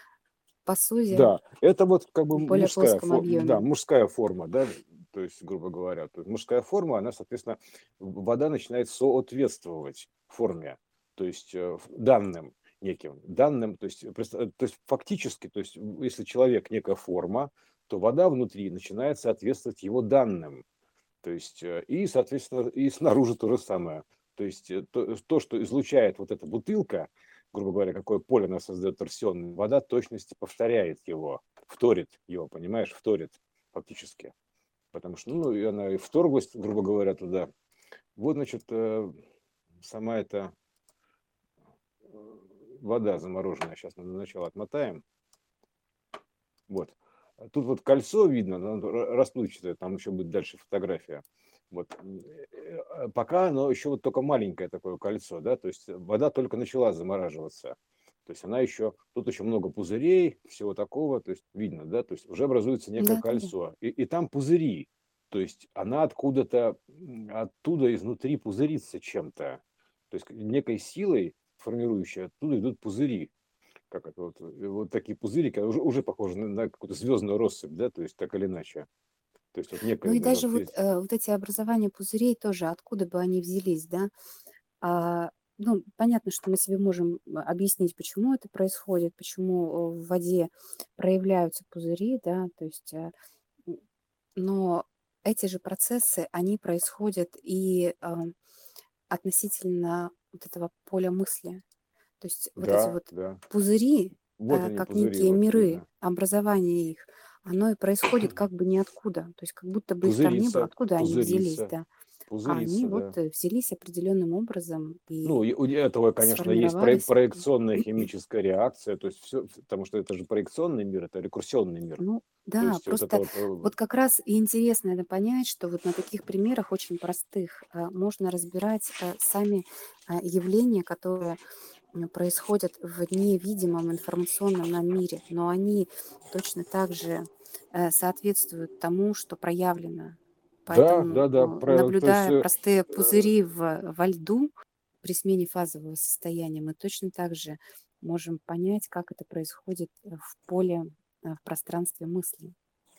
посуде, да, это вот как бы в более мужская плоском форма, да, объеме. мужская форма, да, то есть, грубо говоря, то есть мужская форма, она, соответственно, в- вода начинает соответствовать форме, то есть э, в- данным неким, данным, то есть, просто- то есть фактически, то есть в- если человек некая форма, то вода внутри начинает соответствовать его данным, то есть э, и, соответственно, и снаружи то же самое. То есть э, то, то, что излучает вот эта бутылка, грубо говоря, какое поле она создает торсионное, вода в точности повторяет его, вторит его, понимаешь, вторит фактически. Потому что, ну, и она и вторглась, грубо говоря, туда. Вот, значит, э, сама эта э, вода замороженная, сейчас мы на начало отмотаем. Вот. А тут вот кольцо видно, оно ра- расплывчатое, там еще будет дальше фотография. Вот. Э, э, Пока оно еще вот только маленькое такое кольцо, да, то есть вода только начала замораживаться. То есть она еще, тут еще много пузырей, всего такого, то есть видно, да, то есть уже образуется некое Да-да-да. кольцо. И, и там пузыри, то есть она откуда-то, м, оттуда изнутри пузырится чем-то. То есть некой силой формирующей, оттуда идут пузыри, как это вот, э, вот такие пузырики, уже, уже похожи на, на какую-то звездную россыпь, да, то есть так или иначе. То есть вот Ну некое и даже даже вот вот, есть. э, вот эти образования пузырей тоже, откуда бы они взялись, да? А, ну, понятно, что мы себе можем а, объяснить, почему это происходит, почему э, в воде проявляются пузыри, да, то есть, э, м, но эти же процессы, они происходят и а, относительно вот этого поля мысли. То есть вот эти Да, вот да. пузыри, Вот э, они, как пузыри, некие вот миры, видно. образование их, оно и происходит как бы ниоткуда. То есть как будто бы их там не было. Пузырица, Откуда они взялись, пузырица, да? А они пузырица, вот да. э, взялись определенным образом Ну, и и у этого, конечно, есть проек- сформировались. проекционная химическая реакция, то есть все, потому что это же проекционный мир, это рекурсионный мир. Ну То да, есть вот это просто вот, э, вот как раз и интересно это понять, что вот на таких примерах очень простых а, можно разбирать а, сами а, явления, которые м, происходят в невидимом информационном нам мире, но они точно так же э, соответствуют тому, что проявлено. да, Поэтому, да, да, э, про, то есть наблюдая э, простые э, пузыри в, во льду при смене фазового состояния, мы точно так же можем понять, как это происходит э, в поле, э, в пространстве мысли,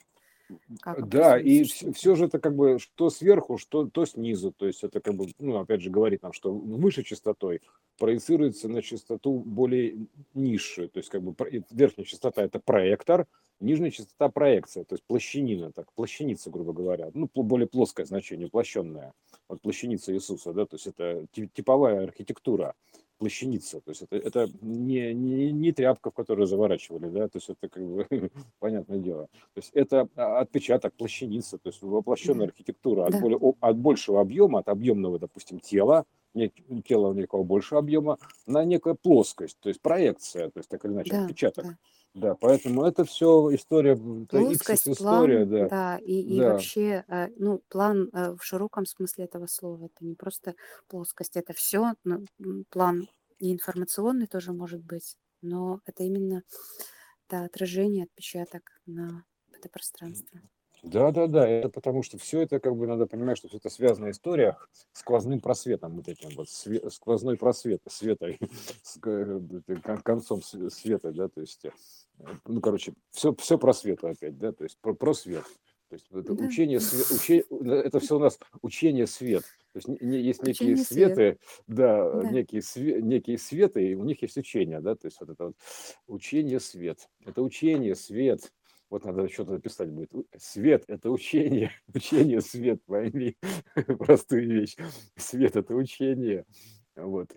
как Да, образуется и все что-то. же это как бы что сверху, что то снизу. То есть это как бы, ну, опять же, говорит нам, что выше частотой проецируется на частоту более низшую. То есть как бы про- и верхняя частота — это проектор, нижняя частота — проекция, то есть плащанина, так, плащаница, грубо говоря. Ну, пл- более плоское значение, уплощенное. Вот плащаница Иисуса, да, то есть это ти- типовая архитектура, плащаница. То есть это, это не, не, не тряпка, в которую заворачивали, да, то есть это как бы понятное дело. То есть это а, отпечаток плащаницы, то есть воплощенная Да, архитектура от, да, более, о- от большего объема, от объемного, допустим, тела, не- тело некого большего объема, на некую плоскость, то есть проекция, то есть так или иначе да, отпечаток. да. Да, поэтому это все история, м, это иксис Плоскость, история, план, да, да, и, и да, вообще, э, ну, план э, в широком смысле этого слова, это не просто плоскость, это все, план и информационный тоже может быть, но это именно, да, отражение, отпечаток на это пространство. да, да, да, это потому что все это, как бы, надо понимать, что всё это связанная история сквозным просветом, вот этим вот, све- сквозной просвет, света, с к- э, кон- концом св- света, да, то есть, э, ну, короче, все, все про свет опять, да, то есть про, про свет. То есть это Да, учение, све- уче- это все у нас учение свет. То есть не- не- есть некие учение свет, светы, да, да. некие, све- некие светы, и у них есть учение, да, то есть вот это вот учение свет. Это учение свет. Вот надо что-то написать будет. У- Свет — это учение. Учение — свет, пойми. Простую вещь. Свет — это учение. Вот.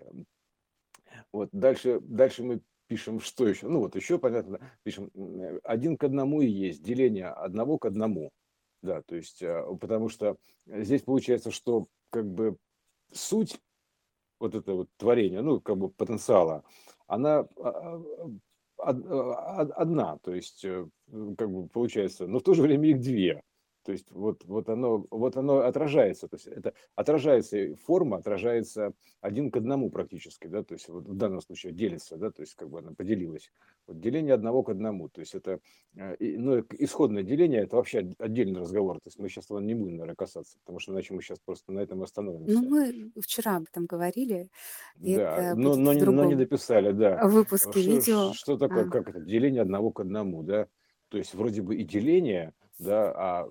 Вот. Дальше, дальше мы пишем, что еще? Ну вот еще, понятно, пишем, м, один к одному и есть деление одного к одному. Да, то есть, а, потому что здесь получается, что как бы суть вот это вот творение, ну, как бы потенциала, она а, а, од- а, одна, то есть, э, как бы получается, но в то же время их две. То есть вот, вот, оно, вот оно отражается, то есть это отражается, и форма отражается один к одному практически, да, то есть вот в данном случае делится, да, то есть как бы она поделилась. Вот деление одного к одному, то есть это, э, и- ну, и исходное деление — это вообще от- отдельный разговор, то есть мы сейчас его не будем, наверное, касаться, потому что иначе мы сейчас просто на этом Ну, остановимся. мы вчера об этом говорили, и Да, это но, будет но, в не, но не другом дописали, да. э, выпуске Что, видео. что такое, А, как это, деление одного к одному, да? То есть вроде бы и деление, да, а,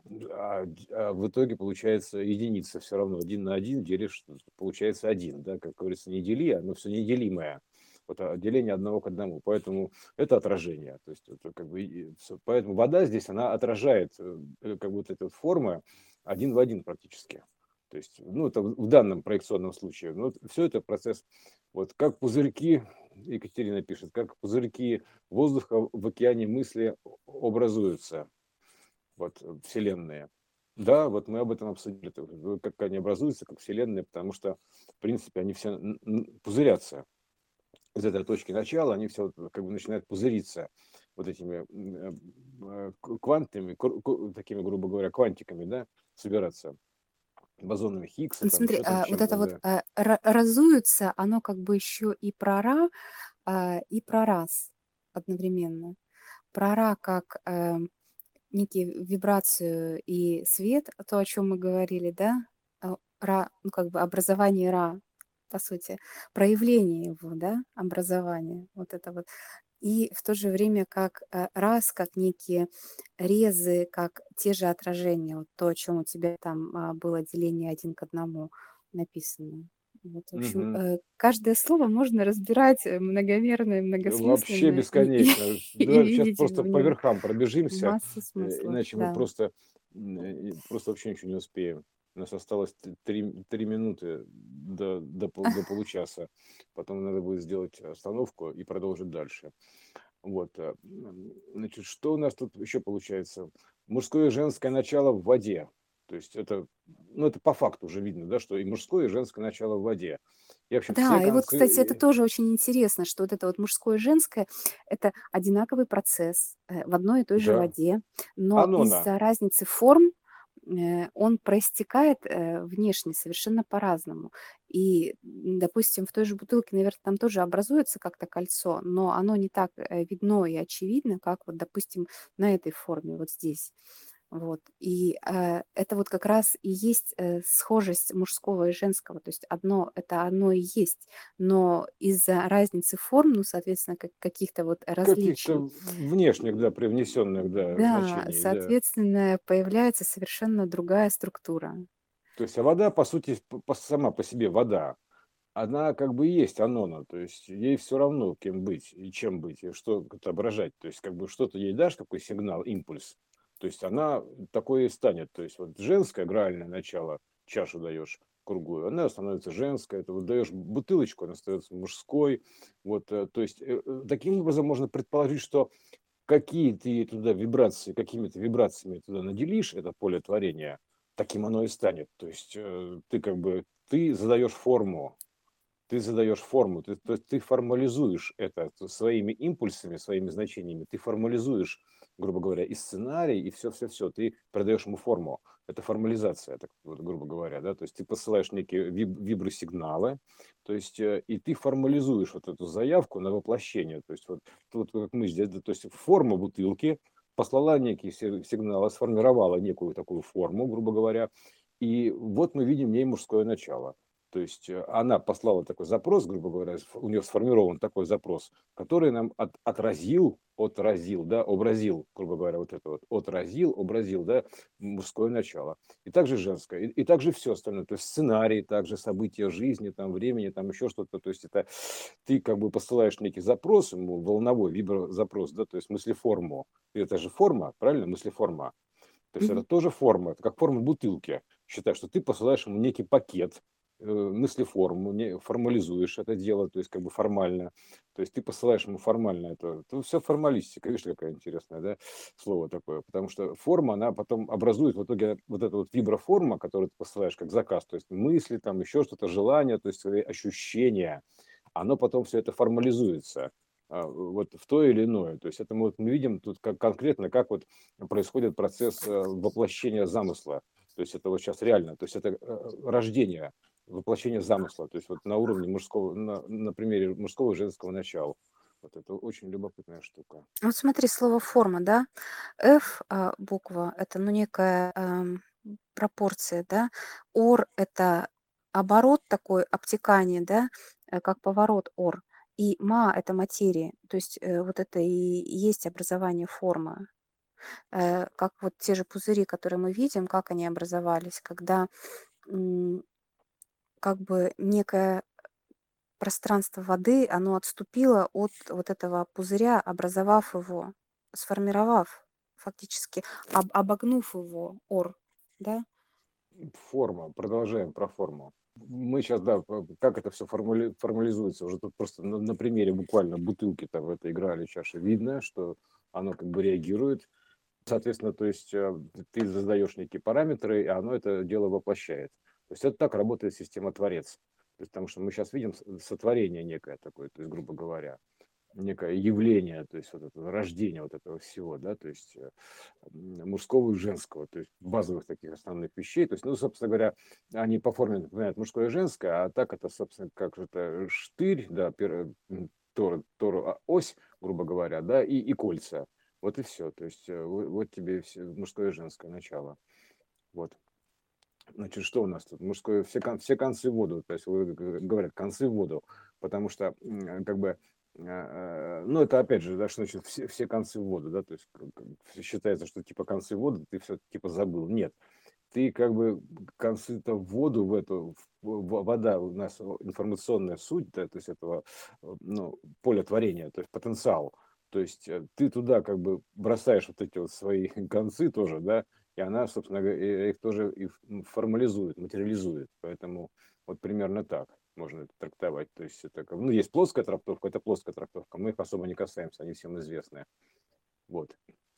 а, а в итоге получается единица все равно. Один на один делишь, получается один, да, как говорится, не дели, оно все неделимое. Вот а, деление одного к одному. Поэтому это отражение. То есть это как бы, и всё. Поэтому вода здесь, она отражает э, э, как будто эта вот форма один в один практически. То есть, ну, это в в данном проекционном случае. Ну, все это процесс, вот как пузырьки, Екатерина пишет, как пузырьки воздуха в океане мысли образуются, вот, э, вселенные. Да, вот мы об этом обсудили, то есть, э, как они образуются, как вселенные, потому что, в принципе, они все н- н- пузырятся из этой точки начала, они все как бы начинают пузыриться вот этими м, э, э, к- квантами, кр- ку- такими, грубо говоря, квантиками, да, собираться, бозонами Хиггса, ну, там смотри, еще там а, вот чем-то, это вот да. э, ра- разуется, оно как бы еще и про ра, а, и про раз одновременно. Про ра как э, некие вибрацию и свет, то, о чем мы говорили, да, а, ра, ну, как бы образование ра, по сути, проявление его, да, образование, вот это вот. И в то же время как э, раз, как некие резы, как те же отражения, вот то, о чем у тебя там а, было деление один к одному написано. Вот, в общем, Мгм. э, каждое слово можно разбирать э, многомерно и Вообще многосмысленно и, и, бесконечно. и Давай сейчас видеть просто в по нем верхам пробежимся, массу э, смыслов, иначе мы да. просто, м, э, просто вообще ничего не успеем. У нас осталось т- три, три минуты до, до, пол- до получаса. Потом надо будет сделать остановку и продолжить дальше. Вот. э, м, Значит, что у нас тут еще получается? Мужское и женское начало в воде. То есть это, ну, это по факту уже видно, да, что и мужское, и женское начало в воде. И, в общем, все Да, и вот, концы... кстати, это э, тоже очень интересно, что вот это вот мужское и женское — это одинаковый процесс э, в одной и той же Да, воде, но Анона. из-за разницы форм э, он проистекает э, внешне совершенно по-разному. И, м, допустим, в той же бутылке, наверное, там тоже образуется как-то кольцо, но оно не так э, видно и очевидно, как вот, допустим, на этой форме вот здесь. Вот. И э, это вот как раз и есть э, схожесть мужского и женского. То есть одно это одно и есть, но из-за разницы форм, ну, соответственно, как, каких-то вот различий, Каких-то внешних, да, привнесенных, да, да, значений, да. соответственно, появляется совершенно другая структура. То есть, а вода, по сути, п- по- сама по себе вода, она как бы и есть анона, то есть ей все равно, кем быть и чем быть, и что отображать. То есть, как бы что-то ей дашь, такой сигнал, импульс, то есть она такое и станет. То есть вот женское граальное начало, чашу даешь круглую, она становится женской, это вот даешь бутылочку, она становится мужской. Вот, э, то есть э, э, таким образом можно предположить, что какие ты туда вибрации, какими-то вибрациями туда наделишь это поле творения, таким оно и станет. То есть э, ты как бы, ты задаешь форму, ты задаешь форму, ты, то есть ты формализуешь это своими импульсами, своими значениями, ты формализуешь, грубо говоря, и сценарий, и все-все-все, ты придаешь ему форму. Это формализация, так вот, грубо говоря, да, то есть ты посылаешь некие виб- вибросигналы, то есть э, и ты формализуешь вот эту заявку на воплощение, то есть вот тут как мы здесь, да, то есть форма бутылки послала некий си- сигнал, сформировала некую такую форму, грубо говоря, и вот мы видим в ней мужское начало. То есть э, она послала такой запрос, грубо говоря, сф- у нее сформирован такой запрос, который нам от- отразил, отразил, да, образил, грубо говоря, вот это вот, отразил, образил, да, мужское начало. И также женское, и, и также все остальное, то есть сценарий, также события жизни, там, времени, там еще что-то, то есть это ты как бы посылаешь некий запрос, ему волновой виброзапрос, да, то есть мыслеформу, и это же форма, правильно, мыслеформа, то есть это Мгм. тоже форма, это как форма бутылки. Считай, что ты посылаешь ему некий пакет, э, мыслеформу, не, формализуешь это дело, то есть как бы формально. То есть ты посылаешь ему формально это. Это все формалистика, видишь, какая интересная, да, слово такое. Потому что форма, она потом образует в итоге вот эта вот виброформа, которую ты посылаешь как заказ, то есть мысли, там еще что-то, желания, то есть свои ощущения, оно потом все это формализуется а, вот в то или иное. То есть это мы, вот, мы видим тут как, конкретно, как вот происходит процесс э, воплощения замысла. То есть это вот сейчас реально, то есть это э, рождение, воплощение замысла, то есть вот на уровне мужского, на, на примере мужского и женского начала. Вот это очень любопытная штука. Вот смотри, слово форма, да, F а, буква это ну некая ам, пропорция, да, ор это оборот такой, обтекание, да, э, как поворот ор, и ма это материя, то есть э, вот это и есть образование формы. Э, как вот те же пузыри, которые мы видим, как они образовались, когда м, как бы некое пространство воды, оно отступило от вот этого пузыря, образовав его, сформировав фактически, об- обогнув его, ор, да? Форма, продолжаем про форму. Мы сейчас, да, п- как это все формули, формализуется, уже тут просто на, на примере буквально бутылки там в этой играли чаши видно, что оно как бы реагирует. Соответственно, то есть э, ты задаешь некие параметры, и оно это дело воплощает. То есть это так работает система Творец. То есть, потому что мы сейчас видим с- сотворение некое такое, то есть, грубо говоря, некое явление, то есть вот это рождение вот этого всего, да, то есть э, м, мужского и женского, то есть базовых таких основных вещей. То есть, ну, собственно говоря, они по форме напоминают мужское и женское, а так это, собственно, как же это штырь, да, пер- м, тор, тор, а, ось, грубо говоря, да, и, и кольца. Вот и все. То есть э, вот, вот тебе все, мужское и женское начало. Вот. Значит, что у нас тут? Мужское, все, кон- все концы в воду. То есть вы г- говорят, концы в воду. Потому что, м, как бы, э, э, ну, это опять же, да, что значит все, все концы в воду, да, то есть как- как считается, что типа концы в воду, ты все типа забыл. Нет, ты как бы концы-то в воду, в эту, в- в- вода у нас информационная суть, да, то есть этого, э, ну, поля творения, то есть потенциал. То есть э, ты туда как бы бросаешь вот эти вот свои концы тоже, да, и она, собственно говоря, их тоже и формализует, материализует. Поэтому вот примерно так можно это трактовать. То есть это, как- ну, есть плоская трактовка, это плоская трактовка, мы их особо не касаемся, они всем известны. Вот.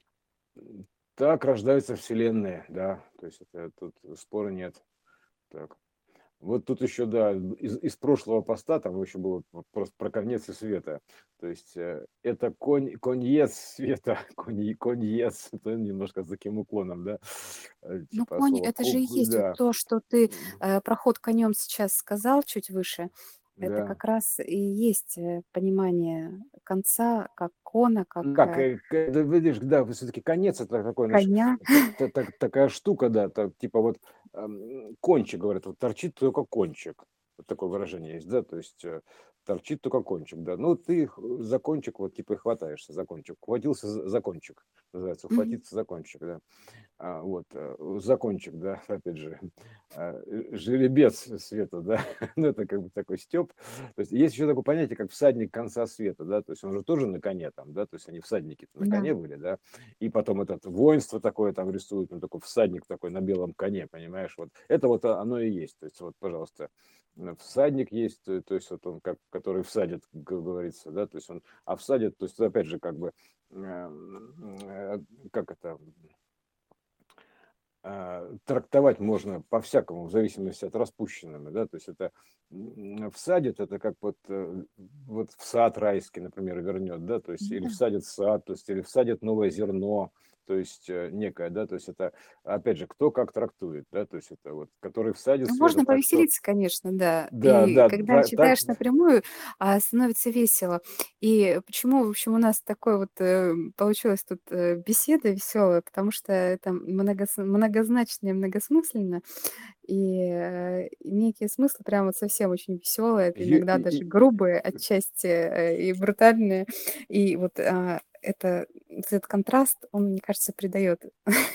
Так рождаются вселенные, да, то есть это тут спора нет. Так. Вот тут еще, да, из, из прошлого поста там еще было просто про конец и света. То есть э, это конь, конец света, конь, конец, это немножко с таким уклоном, да, э, Ну, типа конь, слово, это же ку- и ку- есть вот да, то, что ты э, про ход конем сейчас сказал чуть выше. Это Да. как раз и есть, э, понимание конца как кона, как, Ну как, э э, к да видишь, да, всё-таки конец- это такой, знаешь, коня. та та та такая штука, да, та типа вот, ам, кончик, говорят, вот торчит только кончик. Вот такое выражение есть, да, то есть, э, торчит только кончик, да. Ну, ты х за кончик вот типа и хватаешься, за кончик. Ухватился за за кончик, называется, Мгм. ухватиться за кончик, да. А, вот, э, за кончик, да, опять же, а, э, жеребец света, да, ну, это как бы такой стёб. То есть есть еще такое понятие, как всадник конца света, да, то есть он же тоже на коне там, да, то есть они всадники-то на Да. коне были, да, и потом этот воинство такое там рисуют, он такой всадник такой на белом коне, понимаешь, вот. Это вот а оно и есть. То есть вот, пожалуйста, м, всадник есть, то то есть вот он как, который всадит, как говорится, да, то есть он, а всадит, то есть опять же как бы, ам, э, как это а, трактовать можно по-всякому, в зависимости от распущенного, да, то есть это, м, всадит- это как вот, э, вот в сад райский, например, вернет, да, то есть или Да. всадит в сад, то есть или всадит новое зерно, то есть, э, некое, да, то есть это, опять же, кто как трактует, да, то есть это вот, который всадит Ну, свет, можно это так, что повеселиться, конечно, да. Да, И да, когда про так читаешь напрямую, а, становится весело. И почему, в общем, у нас такой вот, э, получилась тут, э, беседа веселая, потому что это многос многозначно и многосмысленно, и, э, некие смыслы прям вот совсем очень веселые, это Е иногда и даже и грубые отчасти, э, и брутальные. И вот, а, это этот контраст, он, мне кажется, придает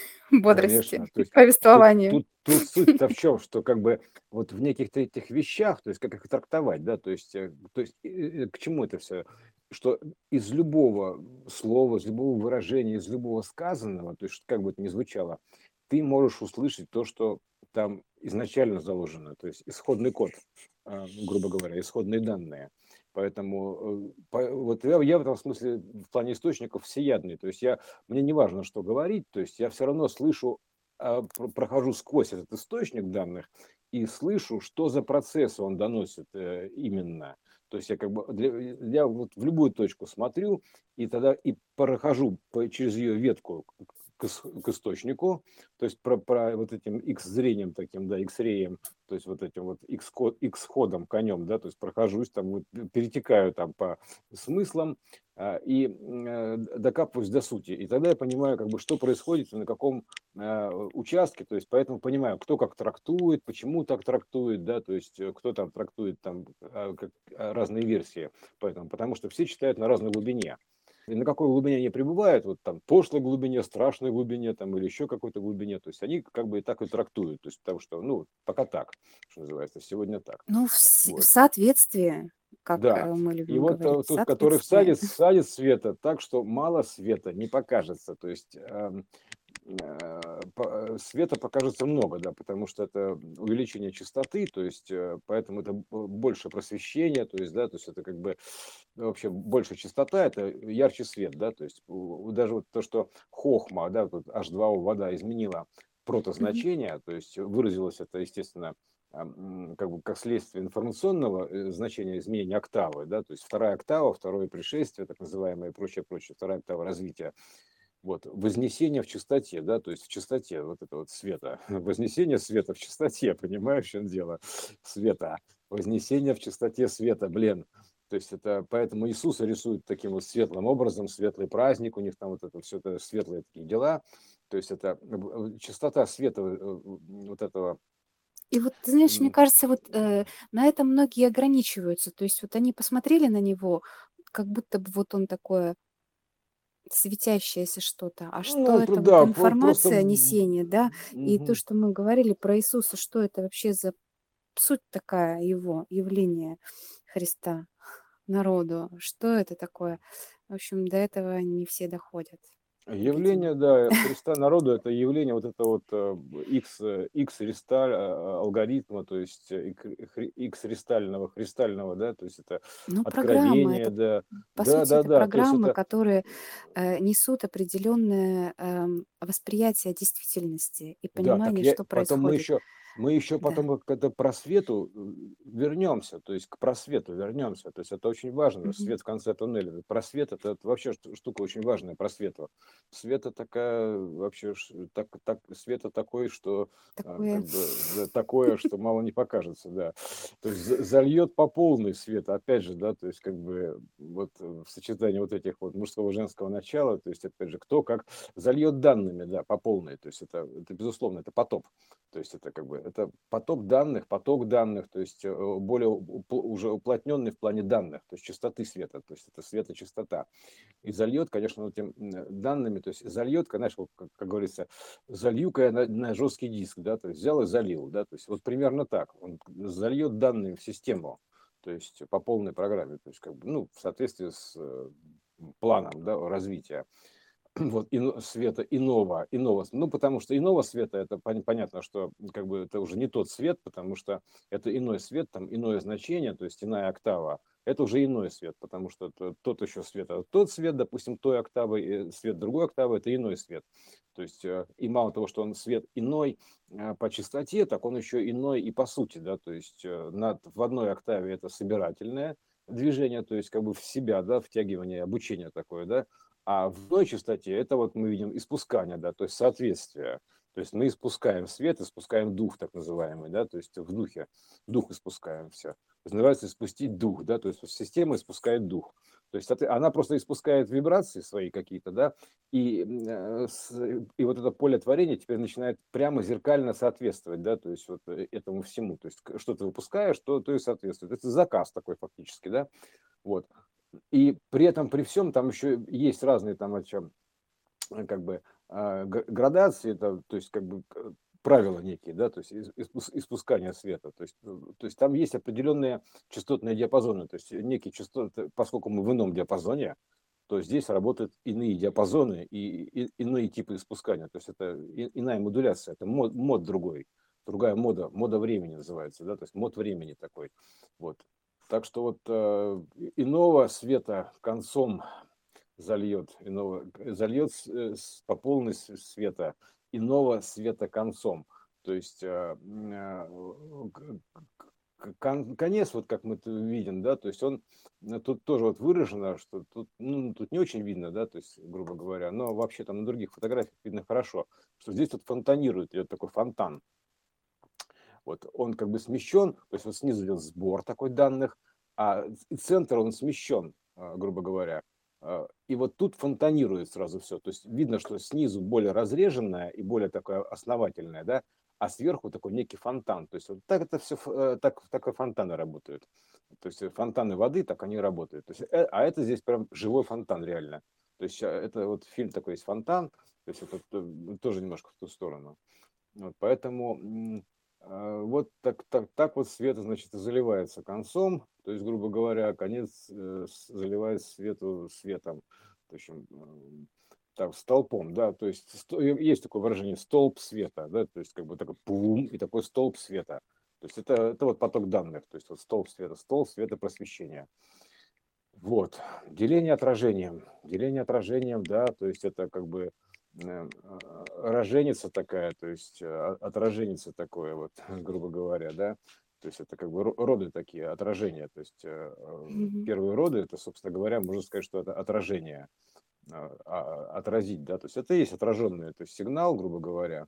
бодрости Конечно, то есть тут повествованию. тут тут суть-то в чём, что как бы вот в неких-то этих вещах, то есть как их трактовать, да, то есть, э, то есть, э, к чему это всё? Что из любого слова, из любого выражения, из любого сказанного, то есть как бы это ни звучало, ты можешь услышать то, что там изначально заложено, то есть исходный код, а, грубо говоря, исходные данные. Поэтому, э, по вот я я в этом смысле в плане источников всеядный, то есть я мне не важно, что говорить, то есть я всё равно слышу, а, про прохожу сквозь этот источник данных и слышу, что за процессы он доносит, э, именно. То есть я как бы для я вот в любую точку смотрю и тогда и прохожу по через ее ветку к ис к источнику, то есть про про вот этим икс-зрением таким, да, икс-реем, то есть вот этим вот икс-ко икс-ходом, конем, да, то есть прохожусь там, вот перетекаю там по смыслам, а, и, м, э, докапываюсь до сути. И тогда я понимаю, как бы, что происходит и на каком, а, участке, то есть поэтому понимаю, кто как трактует, почему так трактует, да, то есть, э, кто там трактует там, а, как, а, разные версии. Поэтому, потому что все читают на разной глубине. И на какой глубине они пребывают, вот там пошлой глубине, страшной глубине там или еще какой-то глубине, то есть они как бы и так и трактуют, то есть потому что, ну, пока так, что называется, сегодня так. Ну, в с в Вот. соответствии, как, Да, э, мы и любим вот, говорить, э, тот, который соответствие. всадит всадит света так, что мало света не покажется, то есть, ам, а, по света покажется много, да, потому что это увеличение частоты, то есть, э, поэтому это б больше просвещения, то есть, да, то есть это как бы вообще больше частота- это ярче свет, да, то есть у даже вот то, что хохма, да, вот эйч два о, вода, изменила Мгм. протозначение, то есть выразилось это, естественно, ам, как бы как следствие информационного, э, значения изменения октавы, да, то есть вторая октава, второе пришествие, так называемое, и прочее, прочее, вторая октава развития. Вот. Вознесение в частоте, да, то есть в частоте вот этого вот света. Вознесение света в частоте, понимаешь, в чём дело? Света. Вознесение в частоте света, блин. То есть это поэтому Иисуса рисуют таким вот светлым образом, светлый праздник, у них там вот это всё, это светлые такие дела. То есть это в в частота света, э, вот этого. И вот, ты знаешь, мне М. кажется, вот, э, на этом многие ограничиваются. То есть вот они посмотрели на него, как будто бы вот он такое светящееся что-то. А Ну, что это это вот да, про просто, информация, м, несение, да? И то, мгм. что мы говорили про Иисуса, что это вообще за суть такая его, явление Христа народу? Что это такое? В общем, до этого не все доходят, видимо. Явление, да, Христа народу- это явление вот этого вот, э, икс икс-риста а алгоритма, то есть ик хри икс-ристального, христального, да, то есть это Ну, программа- откровение, это, да. по сути, это Да-да-да, то есть программы, это которые, э, несут определенное, эм, восприятие действительности и Да, так понимание, я что потом мы происходит. еще Мы еще Да. потом к это просвету э, вернемся, то есть к просвету вернемся. То есть это очень важно. Мгм. Свет в конце туннеля. Этот Просвет это, это вообще шту- штука очень важная, просвету. Света такая вообще ш- так, так, света такой, что а, Такое. как бы да, такое, что мало не покажется, да. То есть за- зальет по полной свет, опять же, да, то есть как бы вот э, в сочетании вот этих вот мужского и женского начала, то есть опять же кто как зальет данными, да, по полной. То есть это, это безусловно, это потоп. То есть это как бы это поток данных, поток данных, то есть э, более упл- уже уплотненный в плане данных, то есть частоты света, то есть это светочастота. И зальет, конечно, вот этим м, данными, то есть зальет, знаешь, вот как, как говорится, залью-ка я на, на жесткий диск, да, то есть взял и залил, да, то есть вот примерно так. Он зальет данные в систему, то есть по полной программе, то есть как бы, ну, в соответствии с э, планом, да, развития. Вот ино- света иного, иного, ну, потому что иного света, это пон- понятно, что как бы это уже не тот свет, потому что это иной свет, там иное значение, то есть иная октава, это уже иной свет, потому что это тот еще свет, а тот свет, допустим, той октавы, э, свет другой октавы, это иной свет. То есть э, и мало того, что он свет иной э, по частоте, так он еще иной и по сути, да, то есть э, над, в одной октаве это собирательное движение, то есть как бы в себя, да, втягивание, обучение такое, да, а в иной частоте это вот мы видим испускание, да, то есть соответствие. То есть мы испускаем свет, испускаем дух, так называемый, да, то есть в духе, дух испускаем все. То есть называется испустить дух, да, то есть система испускает дух. То есть это- она просто испускает вибрации свои какие-то, да, и, э, с- и вот это поле творения теперь начинает прямо зеркально соответствовать, да, то есть вот э, этому всему. То есть к- что ты выпускаешь, то, то и соответствует. Это заказ такой фактически, да, вот. И при этом, при всем, там еще есть разные там о чем, э, как бы а, г- градации, это, то есть как бы к- правила некие, да, то есть ис- испус- испускания света, то есть, э, то есть там есть определенные частотные диапазоны, то есть некие частоты, поскольку мы в ином диапазоне, то здесь работают иные диапазоны и, и иные типы испускания, то есть это и- иная модуляция, это мод, мод другой, другая мода, мода времени называется, да, то есть мод времени такой, вот. Так что вот э, иного света концом зальет, иного, зальет с- э, с- по полной с- света, иного света концом. То есть э, м, э, к- к- кон- конец, вот как мы это видим, да, то есть он э, тут тоже вот выражено, что тут, ну, тут не очень видно, да, то есть, грубо говоря, но вообще там на других фотографиях видно хорошо, что здесь тут фонтанирует, идет такой фонтан. Вот он как бы смещен, то есть вот снизу идет сбор такой данных, а и центр он смещен, а, грубо говоря. А, И вот тут фонтанирует сразу все. То есть видно, что снизу более разреженное и более такое основательное, да, а сверху такой некий фонтан. То есть вот так это все, так, так и фонтаны работают. То есть э, фонтаны воды, так они работают. То есть, э, а это здесь прям живой фонтан реально. То есть а, это вот фильм такой есть фонтан, то есть это э, тоже немножко в ту сторону. Вот, поэтому м, а, вот так, так, так вот свет, значит, и заливается концом, то есть, грубо говоря, конец э, с- заливает свету светом, в общем, м, так, столпом, да, то есть сто- е- есть такое выражение столб света, да, то есть как бы такой пум и такой столб света. То есть это, это вот поток данных, то есть вот столб света, столб света просвещения. Вот. Деление отражением. Деление отражением, да, то есть это как бы э, а, роженица такая, то есть э, отраженица такое, вот, грубо говоря, да. То есть это как бы ро- роды такие, отражения. То есть э, э, Мгм. первые роды, это, собственно говоря, можно сказать, что это отражение, а, а, отразить, да. То есть это и есть отраженный, то есть сигнал, грубо говоря.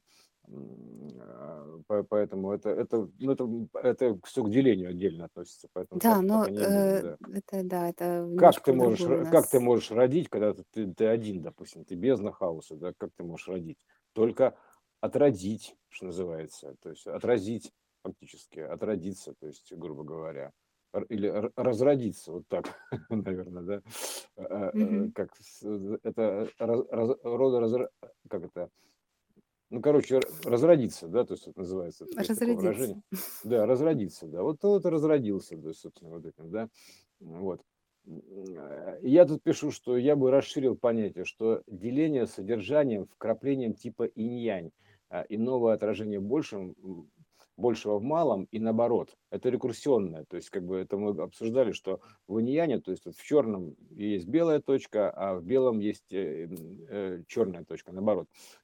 М, а, по- Поэтому это, это, ну, это, это все к делению отдельно относится, поэтому так, Да, так но, и не будем, э, да. это да, это Как немножко ты в можешь, другую у ро- как ты нас. можешь родить, когда ты, ты, ты один, допустим, ты бездна хаоса, да, как ты можешь родить? Только отродить, что называется, то есть отразить фактически, отродиться, то есть, грубо говоря, Р- или р- разродиться, вот так, наверное, да. А, а, а, Мгм. Как с- это раз- раз- рода разра- как это, ну, короче, р- разродиться, да, то есть это называется, есть такое Разрядиться. выражение. Да, разродиться, да. Вот вот разродился, да, собственно, вот этим, да. Вот. М, э, Я тут пишу, что я бы расширил понятие, что деление содержанием, вкраплением типа инь-янь, а, иного отражения большим, м, большего в малом и наоборот. Это рекурсионное, то есть как бы это мы обсуждали, что в инь-яне, то есть вот в черном есть белая точка, а в белом есть э, м, э, черная точка, наоборот.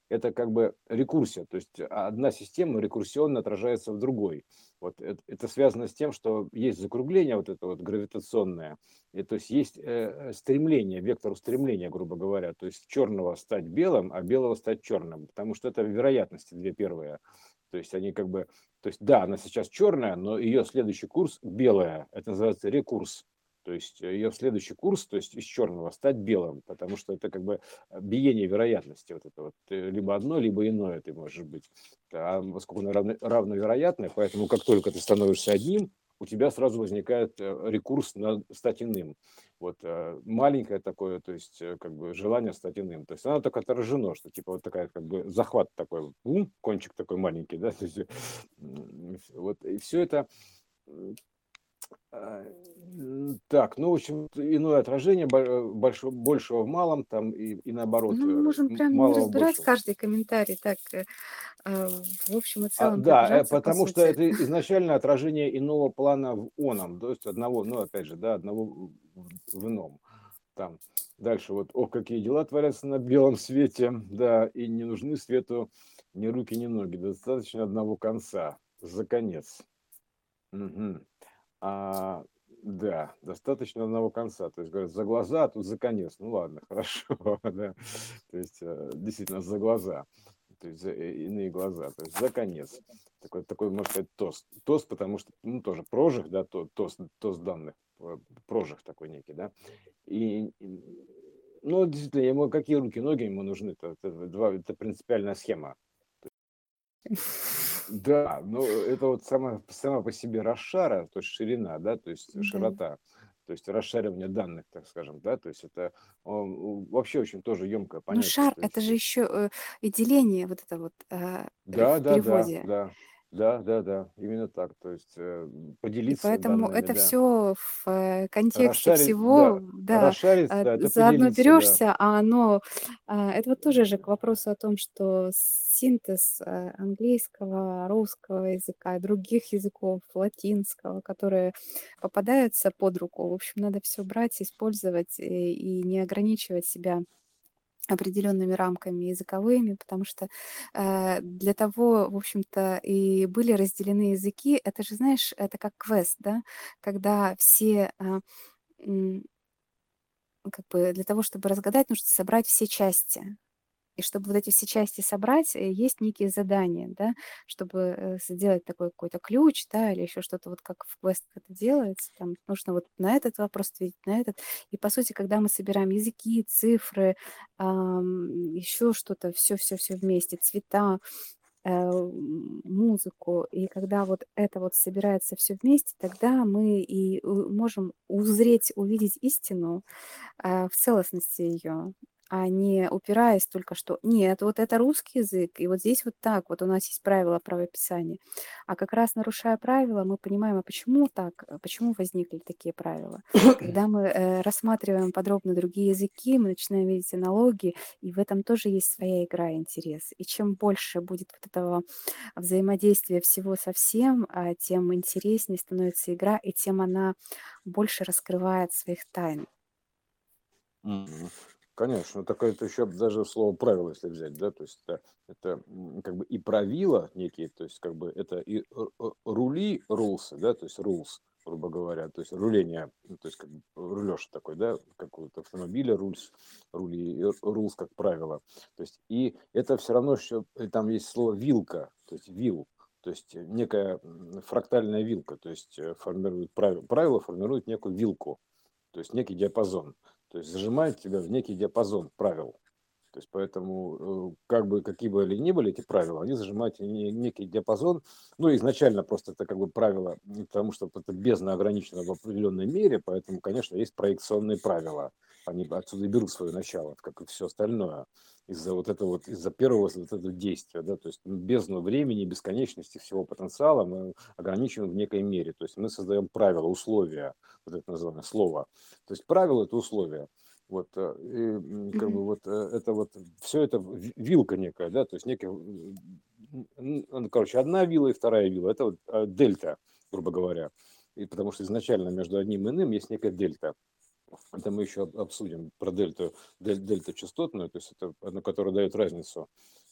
это как бы рекурсия, то есть одна система рекурсионно отражается в другой. Вот это, это связано с тем, что есть закругление вот это вот гравитационное, и, то есть есть э, стремление, вектор устремления, грубо говоря, то есть черного стать белым, а белого стать черным, потому что это вероятности две первые. То есть они как бы, то есть да, она сейчас черная, но ее следующий курс белая, это называется рекурс. То есть ее следующий курс, то есть из черного стать белым, потому что это как бы биение вероятности. Вот это вот э, либо одно, либо иное ты можешь быть. А поскольку оно равно, равновероятное, поэтому как только ты становишься одним, у тебя сразу возникает э, рекурс на стать иным. Вот э, маленькое такое, то есть э, как бы желание стать иным. То есть оно так отражено, что типа вот такая как бы захват такой, бум, кончик такой маленький, да, то есть, э, м, вот и все это м, а, м, так, ну, в общем, иное отражение бо- большого, большего в малом, там и, и наоборот, Ну, мы э, можем м- прям не малого в разбирать большем. каждый комментарий, так, э, а, в общем и А, целом да, э, пробежаться по потому что сути. это изначально отражение иного плана в оном, то есть одного, ну, опять же, да, одного в в ином. Там. Дальше вот, о, какие дела творятся на белом свете, да, и не нужны свету ни руки, ни ноги, достаточно одного конца, за конец. Мгм. А, да, достаточно одного конца. То есть, говорят, за глаза, а тут за конец. Ну ладно, хорошо, да. То есть, э, действительно, за глаза. То есть, за э, иные глаза. То есть, за конец. Такой, такой, можно сказать, тост. Тост, потому что, ну, тоже прожиг, да, то, тост, тост данных, э, прожиг такой некий, да. И, и, ну, действительно, ему какие руки, ноги ему нужны? Это, это, два, это принципиальная схема. Да, ну это вот сама, сама по себе расшара, то есть ширина, да, то есть Да. широта, то есть расшаривание данных, так скажем, да, то есть это о, вообще очень тоже емкое Но понятие, шар- то это есть же еще, э, и деление вот это вот, а, э, да, в да, да, переводе. да, да, да, да, именно так, то есть э, И поделиться поэтому данными, это да, все в, э, контексте расшарить, да, всего, да, расшарить, э, да, это заодно поделиться, да. берешься, а оно, а, это вот тоже же к вопросу о том, что синтез, э, английского, русского языка, других языков, латинского, которые попадаются под руку. В общем, надо все брать, использовать, э, и не ограничивать себя определенными рамками языковыми, потому что, э, для того, в общем-то, и были разделены языки. Это же, знаешь, это как квест, да, когда все, а, м, как бы для того, чтобы разгадать, нужно собрать все части. И чтобы вот эти все части собрать, э, есть некие задания, да, чтобы, э, сделать такой какой-то ключ, да, или еще что-то, вот как в квестах это делается, там нужно вот на этот вопрос ответить, на этот. И по сути, когда мы собираем языки, цифры, ам, еще что-то, все-все-все вместе, цвета, э, м, музыку, и когда вот это вот собирается все вместе, тогда мы и у можем узреть, увидеть истину, а, в целостности ее, а не упираясь только что: "Нет, вот это русский язык, и вот здесь вот так, вот у нас есть правила правописания". А как раз нарушая правила, мы понимаем, а почему так, а почему возникли такие правила. Когда мы, э, рассматриваем подробно другие языки, мы начинаем видеть аналогии, и в этом тоже есть своя игра и интерес. И чем больше будет вот этого взаимодействия всего со всем, а, тем интереснее становится игра, и тем она больше раскрывает своих тайн. Мгм. Конечно, так это еще даже слово правило, если взять, да, то есть это, это м, как бы и правила некие, то есть как бы это и р- р- рули, rules, да, то есть rules, грубо говоря, то есть руление, ну, то есть как бы рулеж такой, да, какого-то автомобиля, rules, рули, и р- rules как правило, то есть и это все равно, что и там есть слово вилка, то есть вил, то есть некая м, фрактальная вилка, то есть э, формирует правило, правило формирует некую вилку, то есть некий диапазон. То есть зажимает тебя в некий диапазон правил. То есть поэтому, э, как бы, какие бы ни были эти правила, они зажимают не- некий диапазон. Ну, изначально просто это как бы правило, не потому что это бездна ограничена в определенной мере, поэтому, конечно, есть проекционные правила. Они отсюда и берут свое начало, как и все остальное. Из-за вот этого вот, из-за первого вот этого действия, да, то есть бездну времени, бесконечности всего потенциала мы ограничиваем в некой мере. То есть мы создаем правила, условия, вот это называемое слово. То есть правило это условия. Вот, э, и, м, как Мгм. бы вот э, это вот все это ви- вилка некая, да, то есть некая, м, м, ну, короче, одна вилла и вторая вилла, это вот э, дельта, грубо говоря. И потому что изначально между одним и иным есть некая дельта. Это мы еще об- обсудим про дельту, дель- дельта частотную, то есть это одно, которая дает разницу.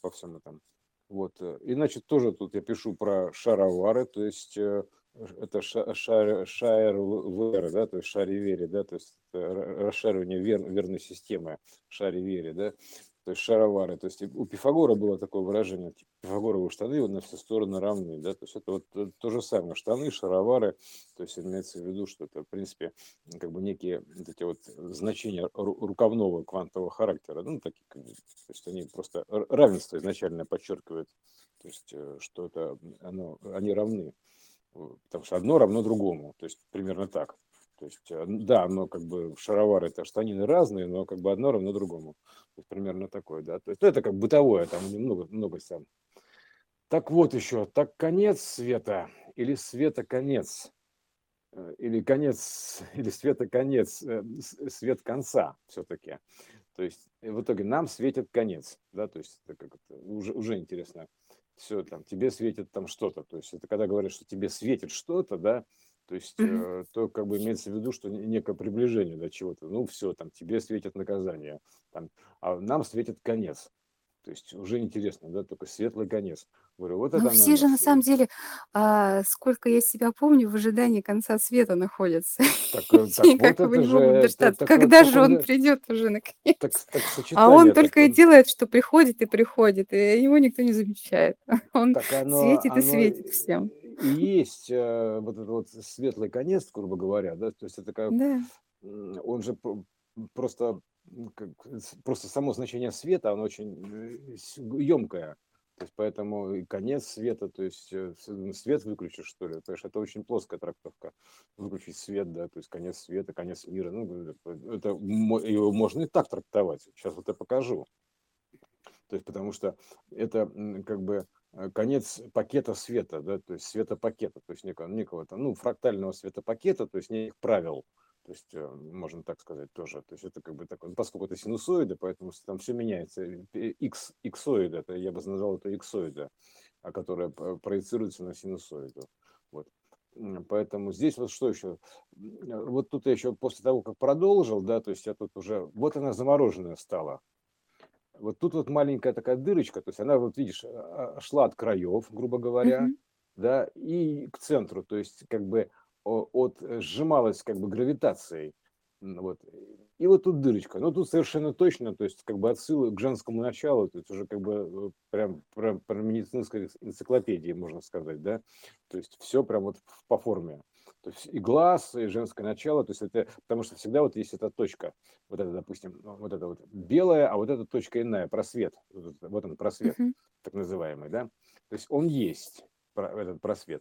по всем этом. Вот. э, И, значит, тоже тут я пишу про шаровары, то есть э, это ша- шар- шаровары, да, то есть шаривери, да, то есть это ра- расшаривание вер- верной системы шаривери, да, то есть шаровары. То есть и у Пифагора было такое выражение, типа, Пифагоровы штаны вот на все стороны равны, да, то есть это вот э, то же самое, штаны, шаровары, то есть имеется в виду, что это, в принципе, как бы некие вот эти вот значения ру- рукавного квантового характера, ну, такие, как бы, то есть они просто р- равенство изначально подчеркивают, то есть э, что это оно, они равны, э, потому что одно равно другому, то есть примерно так. То есть, э, да, но как бы шаровары это штанины разные, но как бы одно равно другому. То есть примерно такое, да. То есть ну, это как бытовое, там немного, много сам. Так вот еще, так конец света или света конец? э, или конец, или света конец, э, с- свет конца все-таки. То есть э, в итоге нам светит конец, да, то есть это как это, уже, уже интересно. Все, там, тебе светит там что-то. То есть это когда говорят, что тебе светит что-то, да, то есть Мгм. э, то как бы имеется в виду, что не- некое приближение до чего-то. Ну все, там тебе светит наказание, там, а нам светит конец. То есть уже интересно, да, только светлый конец. Говорю, вот Ну, это, все наверное, же на самом деле, а, сколько я себя помню, в ожидании конца света находятся. так, э, И так вот никак его это не же, могут это, дождаться. так, вот- Когда так же он он же, придет уже так, наконец? так А он сочетание, так только и он, делает, что приходит и приходит, и его никто не замечает. Он так оно, светит и оно светит всем. и есть э, вот этот вот светлый конец, грубо говоря, да, то есть это как, Да. м, он же про- просто, м, как, с- просто само значение света, оно очень емкое, то есть поэтому и конец света, то есть э, с- ну, свет выключишь, что ли, потому что это очень плоская трактовка, выключить свет, да, то есть конец света, конец мира, ну, это, это мо- его можно и так трактовать, сейчас вот я покажу. То есть, потому что это м, как бы э, конец пакета света, да, то есть светопакета, то есть некого, некого там, ну, фрактального светопакета, то есть неких правил, то есть э, можно так сказать тоже. То есть это как бы такое, ну, поскольку это синусоиды, поэтому с- там все меняется. Э, X, иксоида, это я бы назвал это иксоида, а которая п- проецируется на синусоиду. Вот. М, Поэтому здесь вот что еще? М, Вот тут я еще после того, как продолжил, да, то есть я тут уже, вот она замороженная стала. Вот тут вот маленькая такая дырочка, то есть она, вот видишь, а, а, шла от краев, грубо говоря, Мгм. да, и к центру, то есть как бы о- от э, сжималась как бы гравитацией. М, Вот. И вот тут дырочка. Ну, тут совершенно точно, то есть как бы отсылы к женскому началу, то есть уже как бы э, прям про, про медицинской энциклопедии, можно сказать, да, то есть все прям вот в- по форме. То есть и глаз, и женское начало, то есть это, потому что всегда вот есть эта точка, вот это, допустим, ну, вот это вот белое, а вот эта точка иная, просвет, вот это- вот он просвет, Мгм. так называемый, да, то есть он есть, про- этот просвет,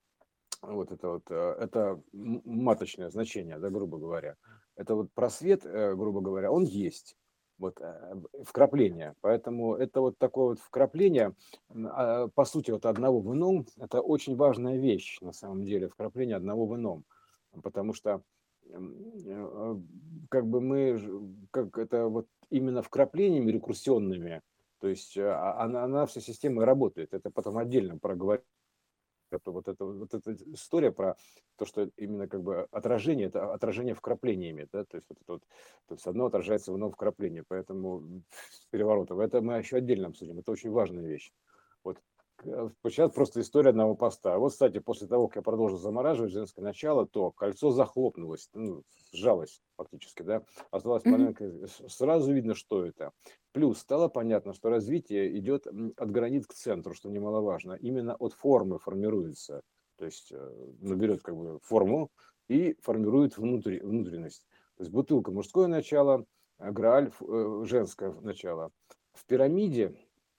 вот это вот, э, это м- маточное значение, да, грубо говоря, это вот просвет, э, грубо говоря, он есть, вот, э, вкрапление, поэтому это вот такое вот вкрапление, м, а, по сути, вот одного в ином, это очень важная вещь, на самом деле, вкрапление одного в ином, потому что м, э, как бы мы, ж- как это вот именно вкраплениями рекурсионными, то есть э, а- она, она вся система и работает, это потом отдельно проговорить. Это вот, это, вот эта история про то, что именно как бы отражение, это отражение вкраплениями, да, то есть вот это вот, то есть одно отражается в ином вкраплении, поэтому с переворотом. Это мы еще отдельно обсудим, это очень важная вещь. Вот к- сейчас просто история одного поста. Вот, кстати, после того, как я продолжил замораживать женское начало, то кольцо захлопнулось, ну, сжалось фактически, да, осталась Мгм. маленькая, сразу видно, что это. Плюс стало понятно, что развитие идет м, от границ к центру, что немаловажно. Именно от формы формируется. То есть э, наберет как бы форму и формирует внутрь, внутренность. То есть бутылка мужское начало, а грааль э, женское начало. В пирамиде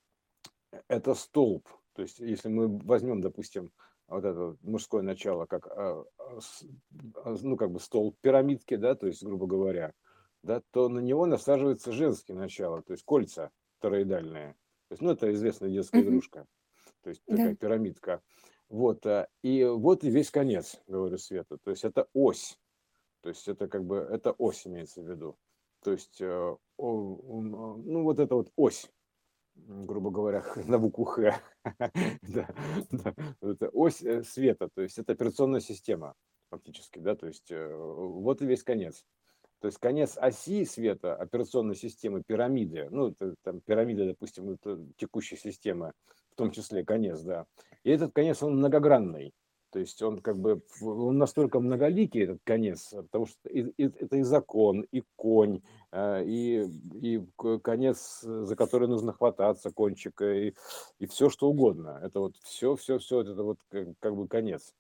это столб. То есть если мы возьмем, допустим, вот это вот мужское начало как а, а, с- а, ну как бы столб пирамидки, да, то есть грубо говоря, да, то на него насаживается женское начало, то есть кольца тороидальные. То есть, ну, это известная детская Мгм. игрушка, то есть такая Да. пирамидка. Вот, а, и вот и весь конец, говорю, света. То есть это ось, то есть это как бы, это ось имеется в виду. То есть, э, о- он, э, ну, вот это вот ось, м, грубо говоря, на букву Х. Да, да. Это ось э, света, то есть это операционная система фактически, да, то есть э, вот и весь конец. То есть конец оси света операционной системы пирамиды, ну, это, там пирамида, допустим, это текущая система, в том числе конец, да. И этот конец, он многогранный. То есть он как бы, он настолько многоликий, этот конец, потому что и- и- это и закон, и конь, а, и, и к- конец, за который нужно хвататься, кончик, и, и все что угодно. Это вот все, все, все, это вот как, как бы конец.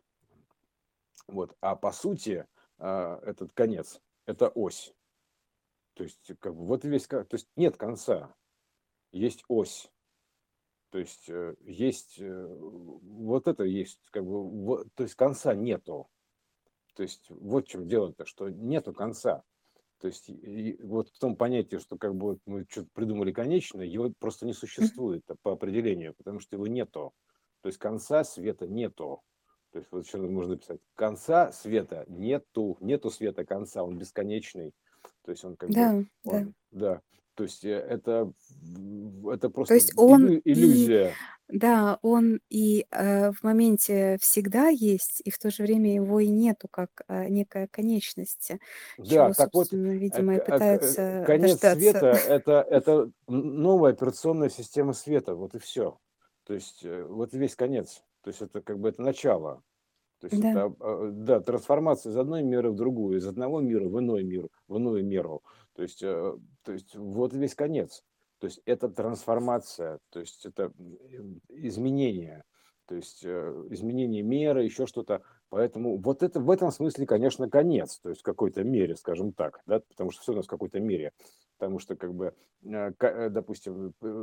Вот. А по сути, а, этот конец– это ось. То есть, как бы, вот весь, ка- то есть нет конца, есть ось. То есть э, есть э, вот это есть, как бы, вот, то есть конца нету. То есть вот в чем дело-то, что нету конца. То есть и вот в том понятии, что как бы вот мы что-то придумали конечное, его просто не Мгм. существует по определению, потому что его нету. То есть конца света нету. То есть вот что можно написать. Конца света нету, нету света конца, он бесконечный. То есть он как бы, Да, да. он, да. То есть э, это, это То просто есть он иллю- и иллюзия. да, он и, э, в моменте всегда есть, и в то же время его и нету как, э, некая конечность, Да, чего, так вот, собственно, э, видимо, к- и э, к- э, пытаются конец дождаться. света это, это н- новая операционная система света, вот и все. То есть э, вот весь конец. То есть это как бы это начало. То есть Да, это, э, да, трансформация из одной меры в другую, из одного мира в иной мир, в иную меру. То есть, э, то есть вот весь конец. То есть это трансформация, то есть это м, изменение, то есть э, изменение меры, еще что-то. Поэтому вот это в этом смысле, конечно, конец, то есть в какой-то мере, скажем так, да, потому что все у нас в какой-то мере, потому что как бы, э, ка- э, допустим, э,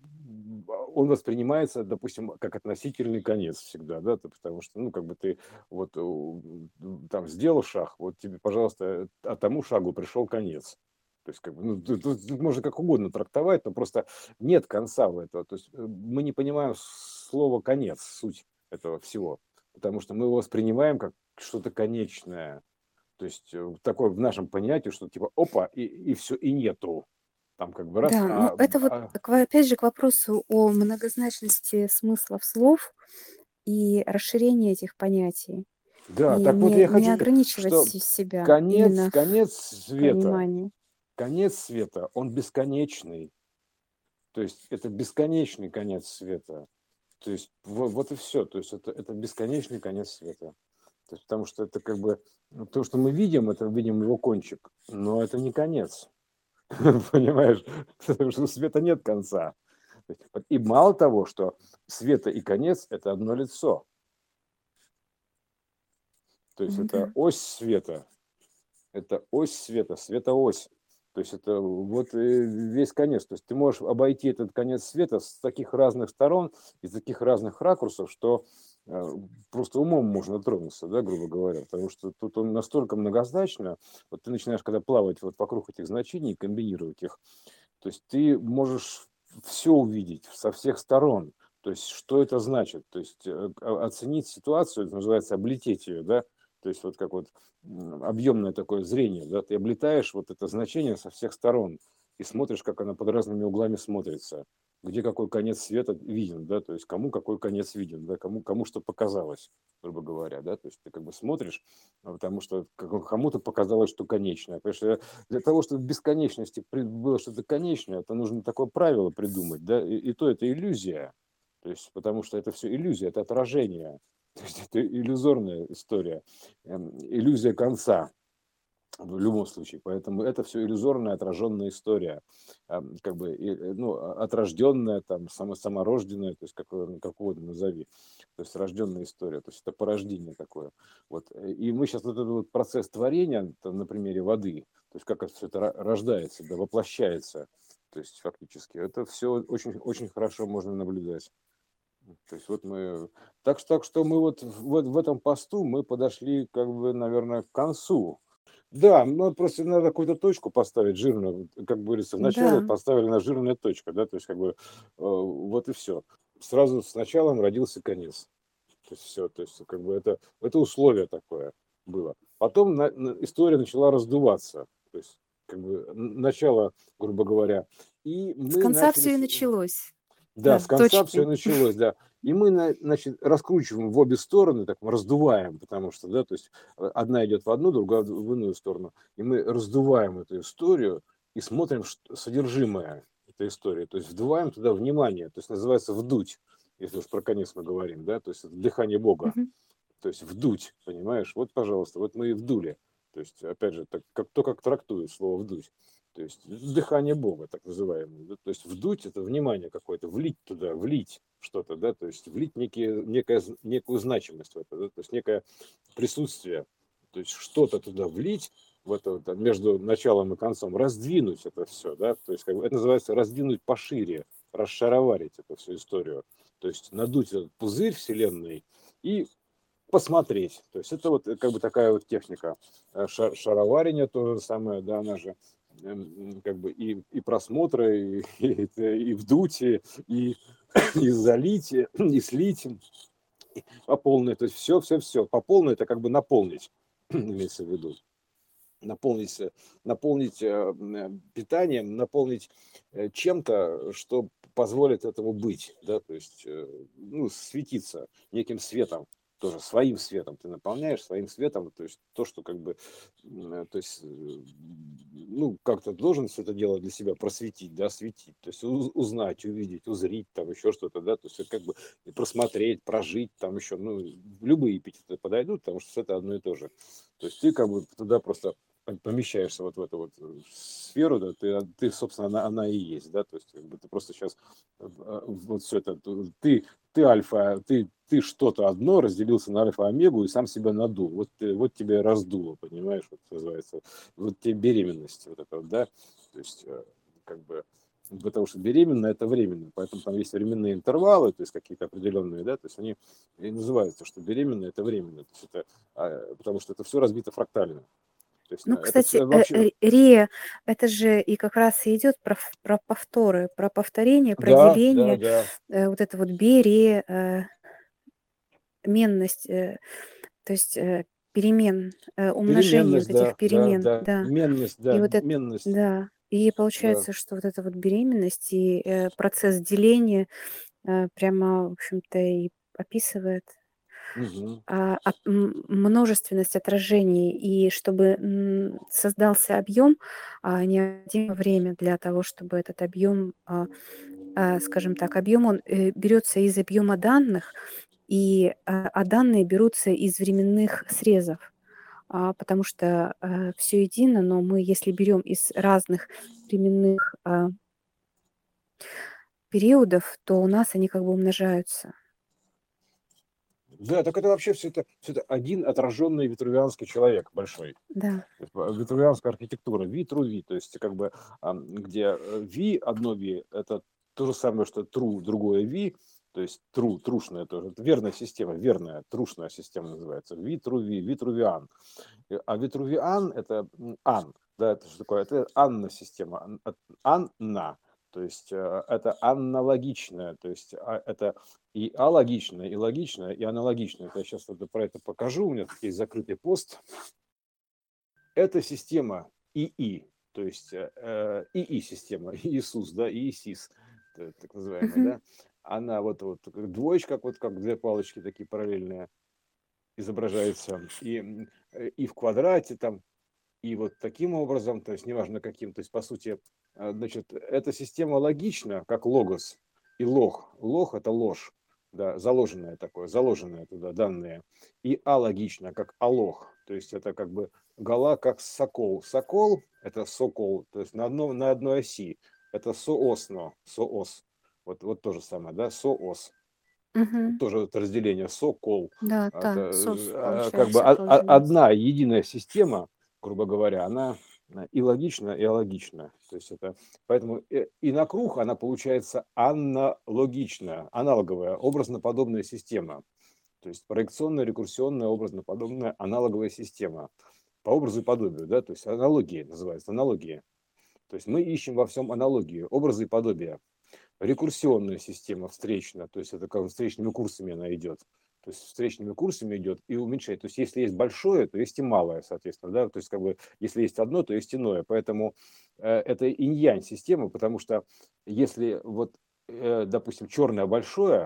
он воспринимается, допустим, как относительный конец всегда, да, то- потому что, ну, как бы ты вот у, там сделал шаг, вот тебе, пожалуйста, а тому шагу пришел конец. То есть, как бы, ну, тут, тут- тут можно как угодно трактовать, но просто нет конца в этого. То есть э, мы не понимаем слово конец, суть этого всего, потому что мы его воспринимаем как что-то конечное. То есть э, такое в нашем понятии, что типа опа, и, и все, и нету. Там как бы раз, да, ну, а, это вот, а- к во опять же, к вопросу о многозначности смыслов слов и расширении этих понятий, да, и так вот не я не хочу, ограничивать что се себя конец, именно конец в света, понимании. конец света, он бесконечный. То есть это бесконечный конец света. То есть вот, вот и все. То есть это, это бесконечный конец света. То есть, потому что это как бы ну, то, что мы видим, это видим его кончик, но это не конец. Понимаешь? Потому что у света нет конца. То есть, вот и мало того, что света и конец– это одно лицо. То есть Ну да, это ось света, это ось света, светоось. То есть это вот и весь конец. То есть ты можешь обойти этот конец света с таких разных сторон, из таких разных ракурсов, что э, просто умом можно тронуться, да, грубо говоря, потому что тут он настолько многозначно, вот ты начинаешь, когда плавать вот вокруг этих значений, комбинировать их, то есть ты можешь все увидеть со всех сторон. То есть что это значит? То есть э, о- оценить ситуацию, это называется облететь ее, да? То есть вот как вот м, объемное такое зрение, да? Ты облетаешь вот это значение со всех сторон и смотришь, как оно под разными углами смотрится, где какой конец света виден, да? То есть кому какой конец виден, да? Кому кому что показалось, грубо говоря, да? То есть ты как бы смотришь, а, потому что как- кому-то показалось, что конечное. Потому что для того, чтобы в бесконечности при- было что-то конечное, то нужно такое правило придумать, да, и, и то это иллюзия, то есть, потому что это все иллюзия, это отражение, то есть это иллюзорная история, эм, иллюзия конца в любом случае, поэтому это все иллюзорная отраженная история, ам, как бы, и, э, ну, а- отрожденная, там, само, саморожденная, то есть, как, угодно- как угодно назови, то есть, рожденная история, то есть, это порождение такое, вот, э, и мы сейчас вот этот вот процесс творения, там, на примере воды, то есть, как это все это ро- рождается, да, воплощается, то есть, фактически, это все очень, очень хорошо можно наблюдать. То есть вот мы, так что, так что мы вот в, в этом посту мы подошли, как бы, наверное, к концу. Да, ну просто надо какую-то точку поставить жирную, вот, как говорится, вначале да. поставили на жирная точка, да, то есть как бы э, вот и все. Сразу с началом родился конец. То есть все, то есть как бы это, это условие такое было. Потом на- на- история начала раздуваться, то есть как бы н- начало, грубо говоря, и С мы конца начали, все и с- началось. да, с Да, конца все точки. началось, да. И мы, на- значит, раскручиваем в обе стороны, так мы раздуваем, потому что, да, то есть э, одна идет в одну, другая в иную сторону. И мы раздуваем эту историю и смотрим что- содержимое этой истории. То есть вдуваем туда внимание. То есть называется вдуть, если уж про конец мы говорим, да, то есть это дыхание Бога. Мгм. То есть вдуть, понимаешь? Вот, пожалуйста, вот мы и вдули. То есть, опять же, так, как, то, как трактуют слово вдуть. То есть дыхание Бога, так называемое. Да? То есть вдуть это внимание какое-то, влить туда, влить что-то, да, то есть влить некие, некая, некую значимость в это, да? То есть некое присутствие, то есть что-то туда влить, в это вот, между началом и концом, раздвинуть это все, да, то есть как бы, это называется раздвинуть пошире, расшароварить эту всю историю, то есть надуть этот пузырь вселенной и посмотреть. То есть это вот э, как бы такая вот техника э, ша- шароварения, то же самое, да, она же эм, как бы и, и просмотры, и, и, и вдуть, и, и и залить, и слить и по полной. То есть все, все, все. По полной это как бы наполнить, имеется в виду. Наполнить, э, наполнить э, м, питанием, наполнить э, чем-то, что позволит этому быть, да, то есть, э, ну, светиться неким светом, тоже своим светом ты наполняешь, своим светом, то есть то, что как бы, м, э, то есть, э, ну, как-то должен все это дело для себя просветить, да, светить, то есть уз- узнать, увидеть, узрить, там еще что-то, да, то есть это как бы и просмотреть, прожить, там еще, ну, любые эпитеты подойдут, потому что это одно и то же. То есть ты как бы туда просто помещаешься вот в эту вот э, сферу, да, ты, ты собственно, она, она и есть, да, то есть как бы ты просто сейчас вот все это, ты, ты альфа, ты, ты что-то одно разделился на альфа омегу и сам себя надул, вот, ты- вот тебе раздуло, понимаешь, вот называется, вот тебе беременность, вот это вот, да, то есть э, как бы потому что беременна это временно, поэтому там есть временные интервалы, то есть какие-то определенные, да, то есть они и называются, что беременна это временно, то есть это, а, потому что это все разбито фрактально. То есть Ну, на- это кстати, все э, вообще. ре Ре- это же и как раз и идет про ф про повторы, про повторение, про Да, да, деление, да. э, вот это вот бере, э, менность, э, то есть, э, перемен, э, умножение Переменность, вот этих да, да, перемен, да. да. Менность, И да, вот это, менность, да. И да. получается, что вот эта вот беременность и, э, процесс деления, э, прямо, в общем-то, и описывает, Мгм. а, от м множественность отражений. И чтобы, м, создался объем, а, необходимо время для того, чтобы этот объем, а, а, скажем так, объем он, э, берется из объема данных, и, а, а данные берутся из временных срезов. А, потому что, все едино, но мы, если берем из разных временных, а, периодов, то у нас они как бы умножаются. Да, так это вообще все это, все это один отраженный витрувианский человек большой. Да. То есть, а, витрувианская архитектура, витруви, то есть как бы ам, где э, ви, одно ви, это то же самое, что тру, другое ви, то есть тру, трушная тоже, это верная система, верная, трушная система называется, витруви, витрувиан. Э, А витрувиан это м, ан, да, это что такое? Это анна-система, ан- от- анна, то есть э, это аналогичное, то есть а, это и алогичное, и логичное, и аналогичное. Это я сейчас это, про это покажу, у меня тут есть закрытый пост. Это система ИИ, то есть э, ИИ-система, Иисус, да, ИИСИС, т- так называемая, Мгм. да. Она вот, вот как двоечка, как вот как две палочки такие параллельные изображается, и, м, э, и в квадрате там, и вот таким образом, то есть неважно каким, то есть по сути, э, значит, эта система логична, как логос и лог. Лог это ложь, да, заложенное такое, заложенное туда данные. И алогично, как алог, то есть это как бы гала, как сокол. Сокол это сокол, то есть на, одном, на одной оси. Это соосно, соос. Вот, вот то же самое, да, соос. Вот Мгм. тоже вот разделение сокол. Да, Это та, сос, э, как бы получается, о- о- получается. одна единая система, грубо говоря, она э, и логична, и алогична. То есть это поэтому э, и на круг она получается аналогичная, аналоговая, образно-подобная система. То есть проекционная, рекурсионная, образно-подобная аналоговая система по образу и подобию, да, то есть аналогии называется, аналогии. То есть мы ищем во всем аналогию, образы и подобия. Рекурсионная система встречная, то есть это как встречными курсами она идет. То есть встречными курсами идет и уменьшает. То есть если есть большое, то есть и малое, соответственно. Да? То есть как бы если есть одно, то есть иное. Поэтому э, это инь-янь система, потому что если вот, э, допустим, черное большое,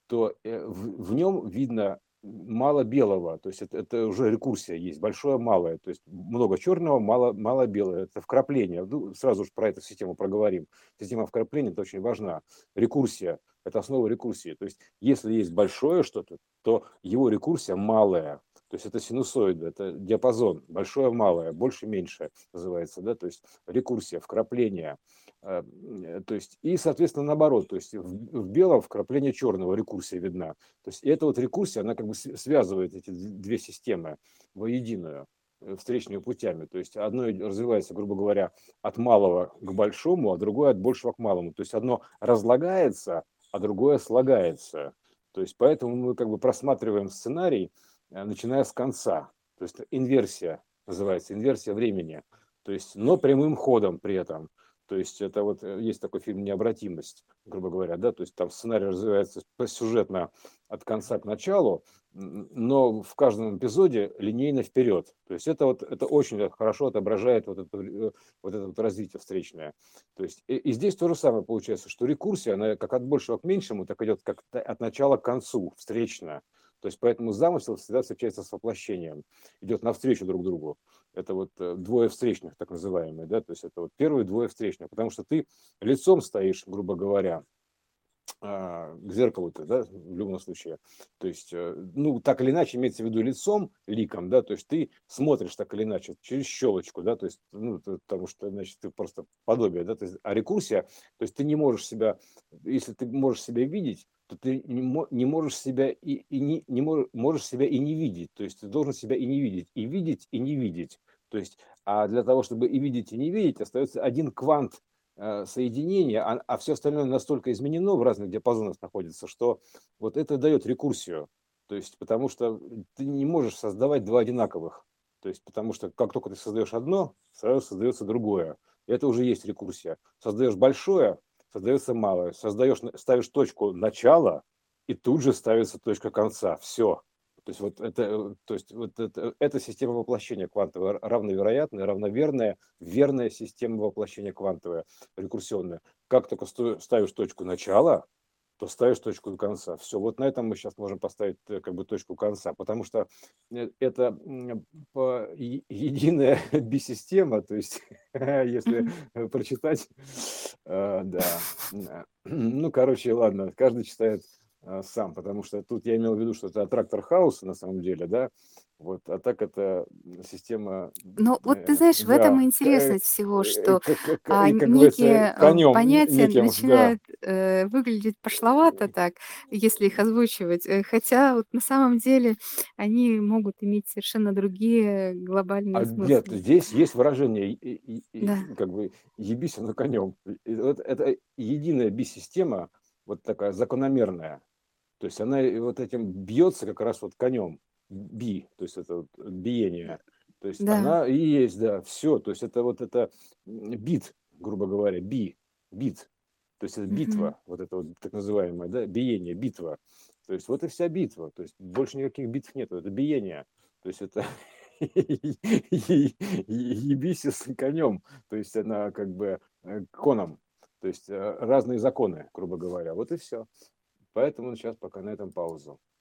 то э, в, в нем видно мало белого, то есть это, это уже рекурсия есть, большое малое, то есть много черного, мало, мало белого, это вкрапление. Ну, сразу же про эту систему проговорим. Система вкрапления это очень важна. Рекурсия – это основа рекурсии. То есть если есть большое что-то, то его рекурсия малая. То есть это синусоиды, это диапазон, большое, малое, больше, меньше называется, да, то есть рекурсия, вкрапление. э, То есть и, соответственно, наоборот, то есть в, в белом вкрапление черного, рекурсия видна. То есть эта вот рекурсия, она как бы связывает эти две системы воединую э, встречными путями. То есть одно развивается, грубо говоря, от малого к большому, а другое от большего к малому. То есть одно разлагается, а другое слагается. То есть поэтому мы как бы просматриваем сценарий, э, начиная с конца. То есть инверсия называется, инверсия времени. То есть, но прямым ходом при этом. То есть это вот э, есть такой фильм «Необратимость», грубо говоря, да, то есть там сценарий развивается сюжетно от конца к началу, но в каждом эпизоде линейно вперед. То есть это вот это очень хорошо отображает вот это, э, вот это вот развитие встречное. То есть и, и здесь то же самое получается, что рекурсия, она как от большего к меньшему, так идет как от начала к концу, встречно. То есть поэтому замысел всегда встречается с воплощением, идет навстречу друг другу. Это вот э, двое встречных, так называемые, да, то есть это вот первые двое встречных, потому что ты лицом стоишь, грубо говоря, а, к зеркалу, да, в любом случае. То есть, э, ну, так или иначе, имеется в виду лицом, ликом, да, то есть ты смотришь так или иначе через щелочку, да, то есть, ну, ты- потому что, значит, ты просто подобие, да, то есть, а рекурсия, то есть ты не можешь себя, если ты можешь себя видеть, то ты не, мо- не можешь себя и, и не, не мож- можешь себя и не видеть, то есть ты должен себя и не видеть, и видеть, и не видеть. То есть, а для того, чтобы и видеть, и не видеть, остается один квант э, соединения, а, а все остальное настолько изменено, в разных диапазонах находится, что вот это дает рекурсию. То есть, потому что ты не можешь создавать два одинаковых. То есть, потому что как только ты создаешь одно, сразу создается другое. И это уже есть рекурсия. Создаешь большое, создается малое. Создаешь, ставишь точку начала, и тут же ставится точка конца. Все. То есть вот это, э, то есть вот это, это система воплощения квантовая, равновероятная, равноверная, верная система воплощения квантовая, рекурсионная. Как только ставишь точку начала, то ставишь точку конца. Все, вот на этом мы сейчас можем поставить э, как бы точку конца, потому что э, это м, по- е- единая бисистема, то есть если Мгм. э, прочитать, э, да, М, ну, короче, ладно, каждый читает а, сам, потому что тут я имел в виду, что это аттрактор хаоса на самом деле, да, вот, а так это система, Ну, вот ты э, знаешь, в этом и да, к- э, интересность всего, э, что как, как- а, и, н- как говорится, некие а, конем понятия неким, да. начинают э, выглядеть пошловато так, если их озвучивать, э, хотя вот на самом деле они могут иметь совершенно другие А глобальные нет, смыслы. здесь есть выражение, и- и- Да, и, как бы ебись на конем. И вот это единая би-система, вот такая закономерная. То есть она и вот этим бьется как раз вот конем. Би, то есть это вот биение. То есть да. она и есть, да, все. То есть это вот это м, бит, грубо говоря, би, бит. То есть это Мгм. битва, вот это вот так называемое, да, биение, битва. То есть вот и вся битва. То есть больше никаких битв нет, это биение. То есть это ебись с конем. То есть она как бы э, коном. То есть э, разные законы, грубо говоря. Вот и все. Поэтому сейчас пока на этом паузу.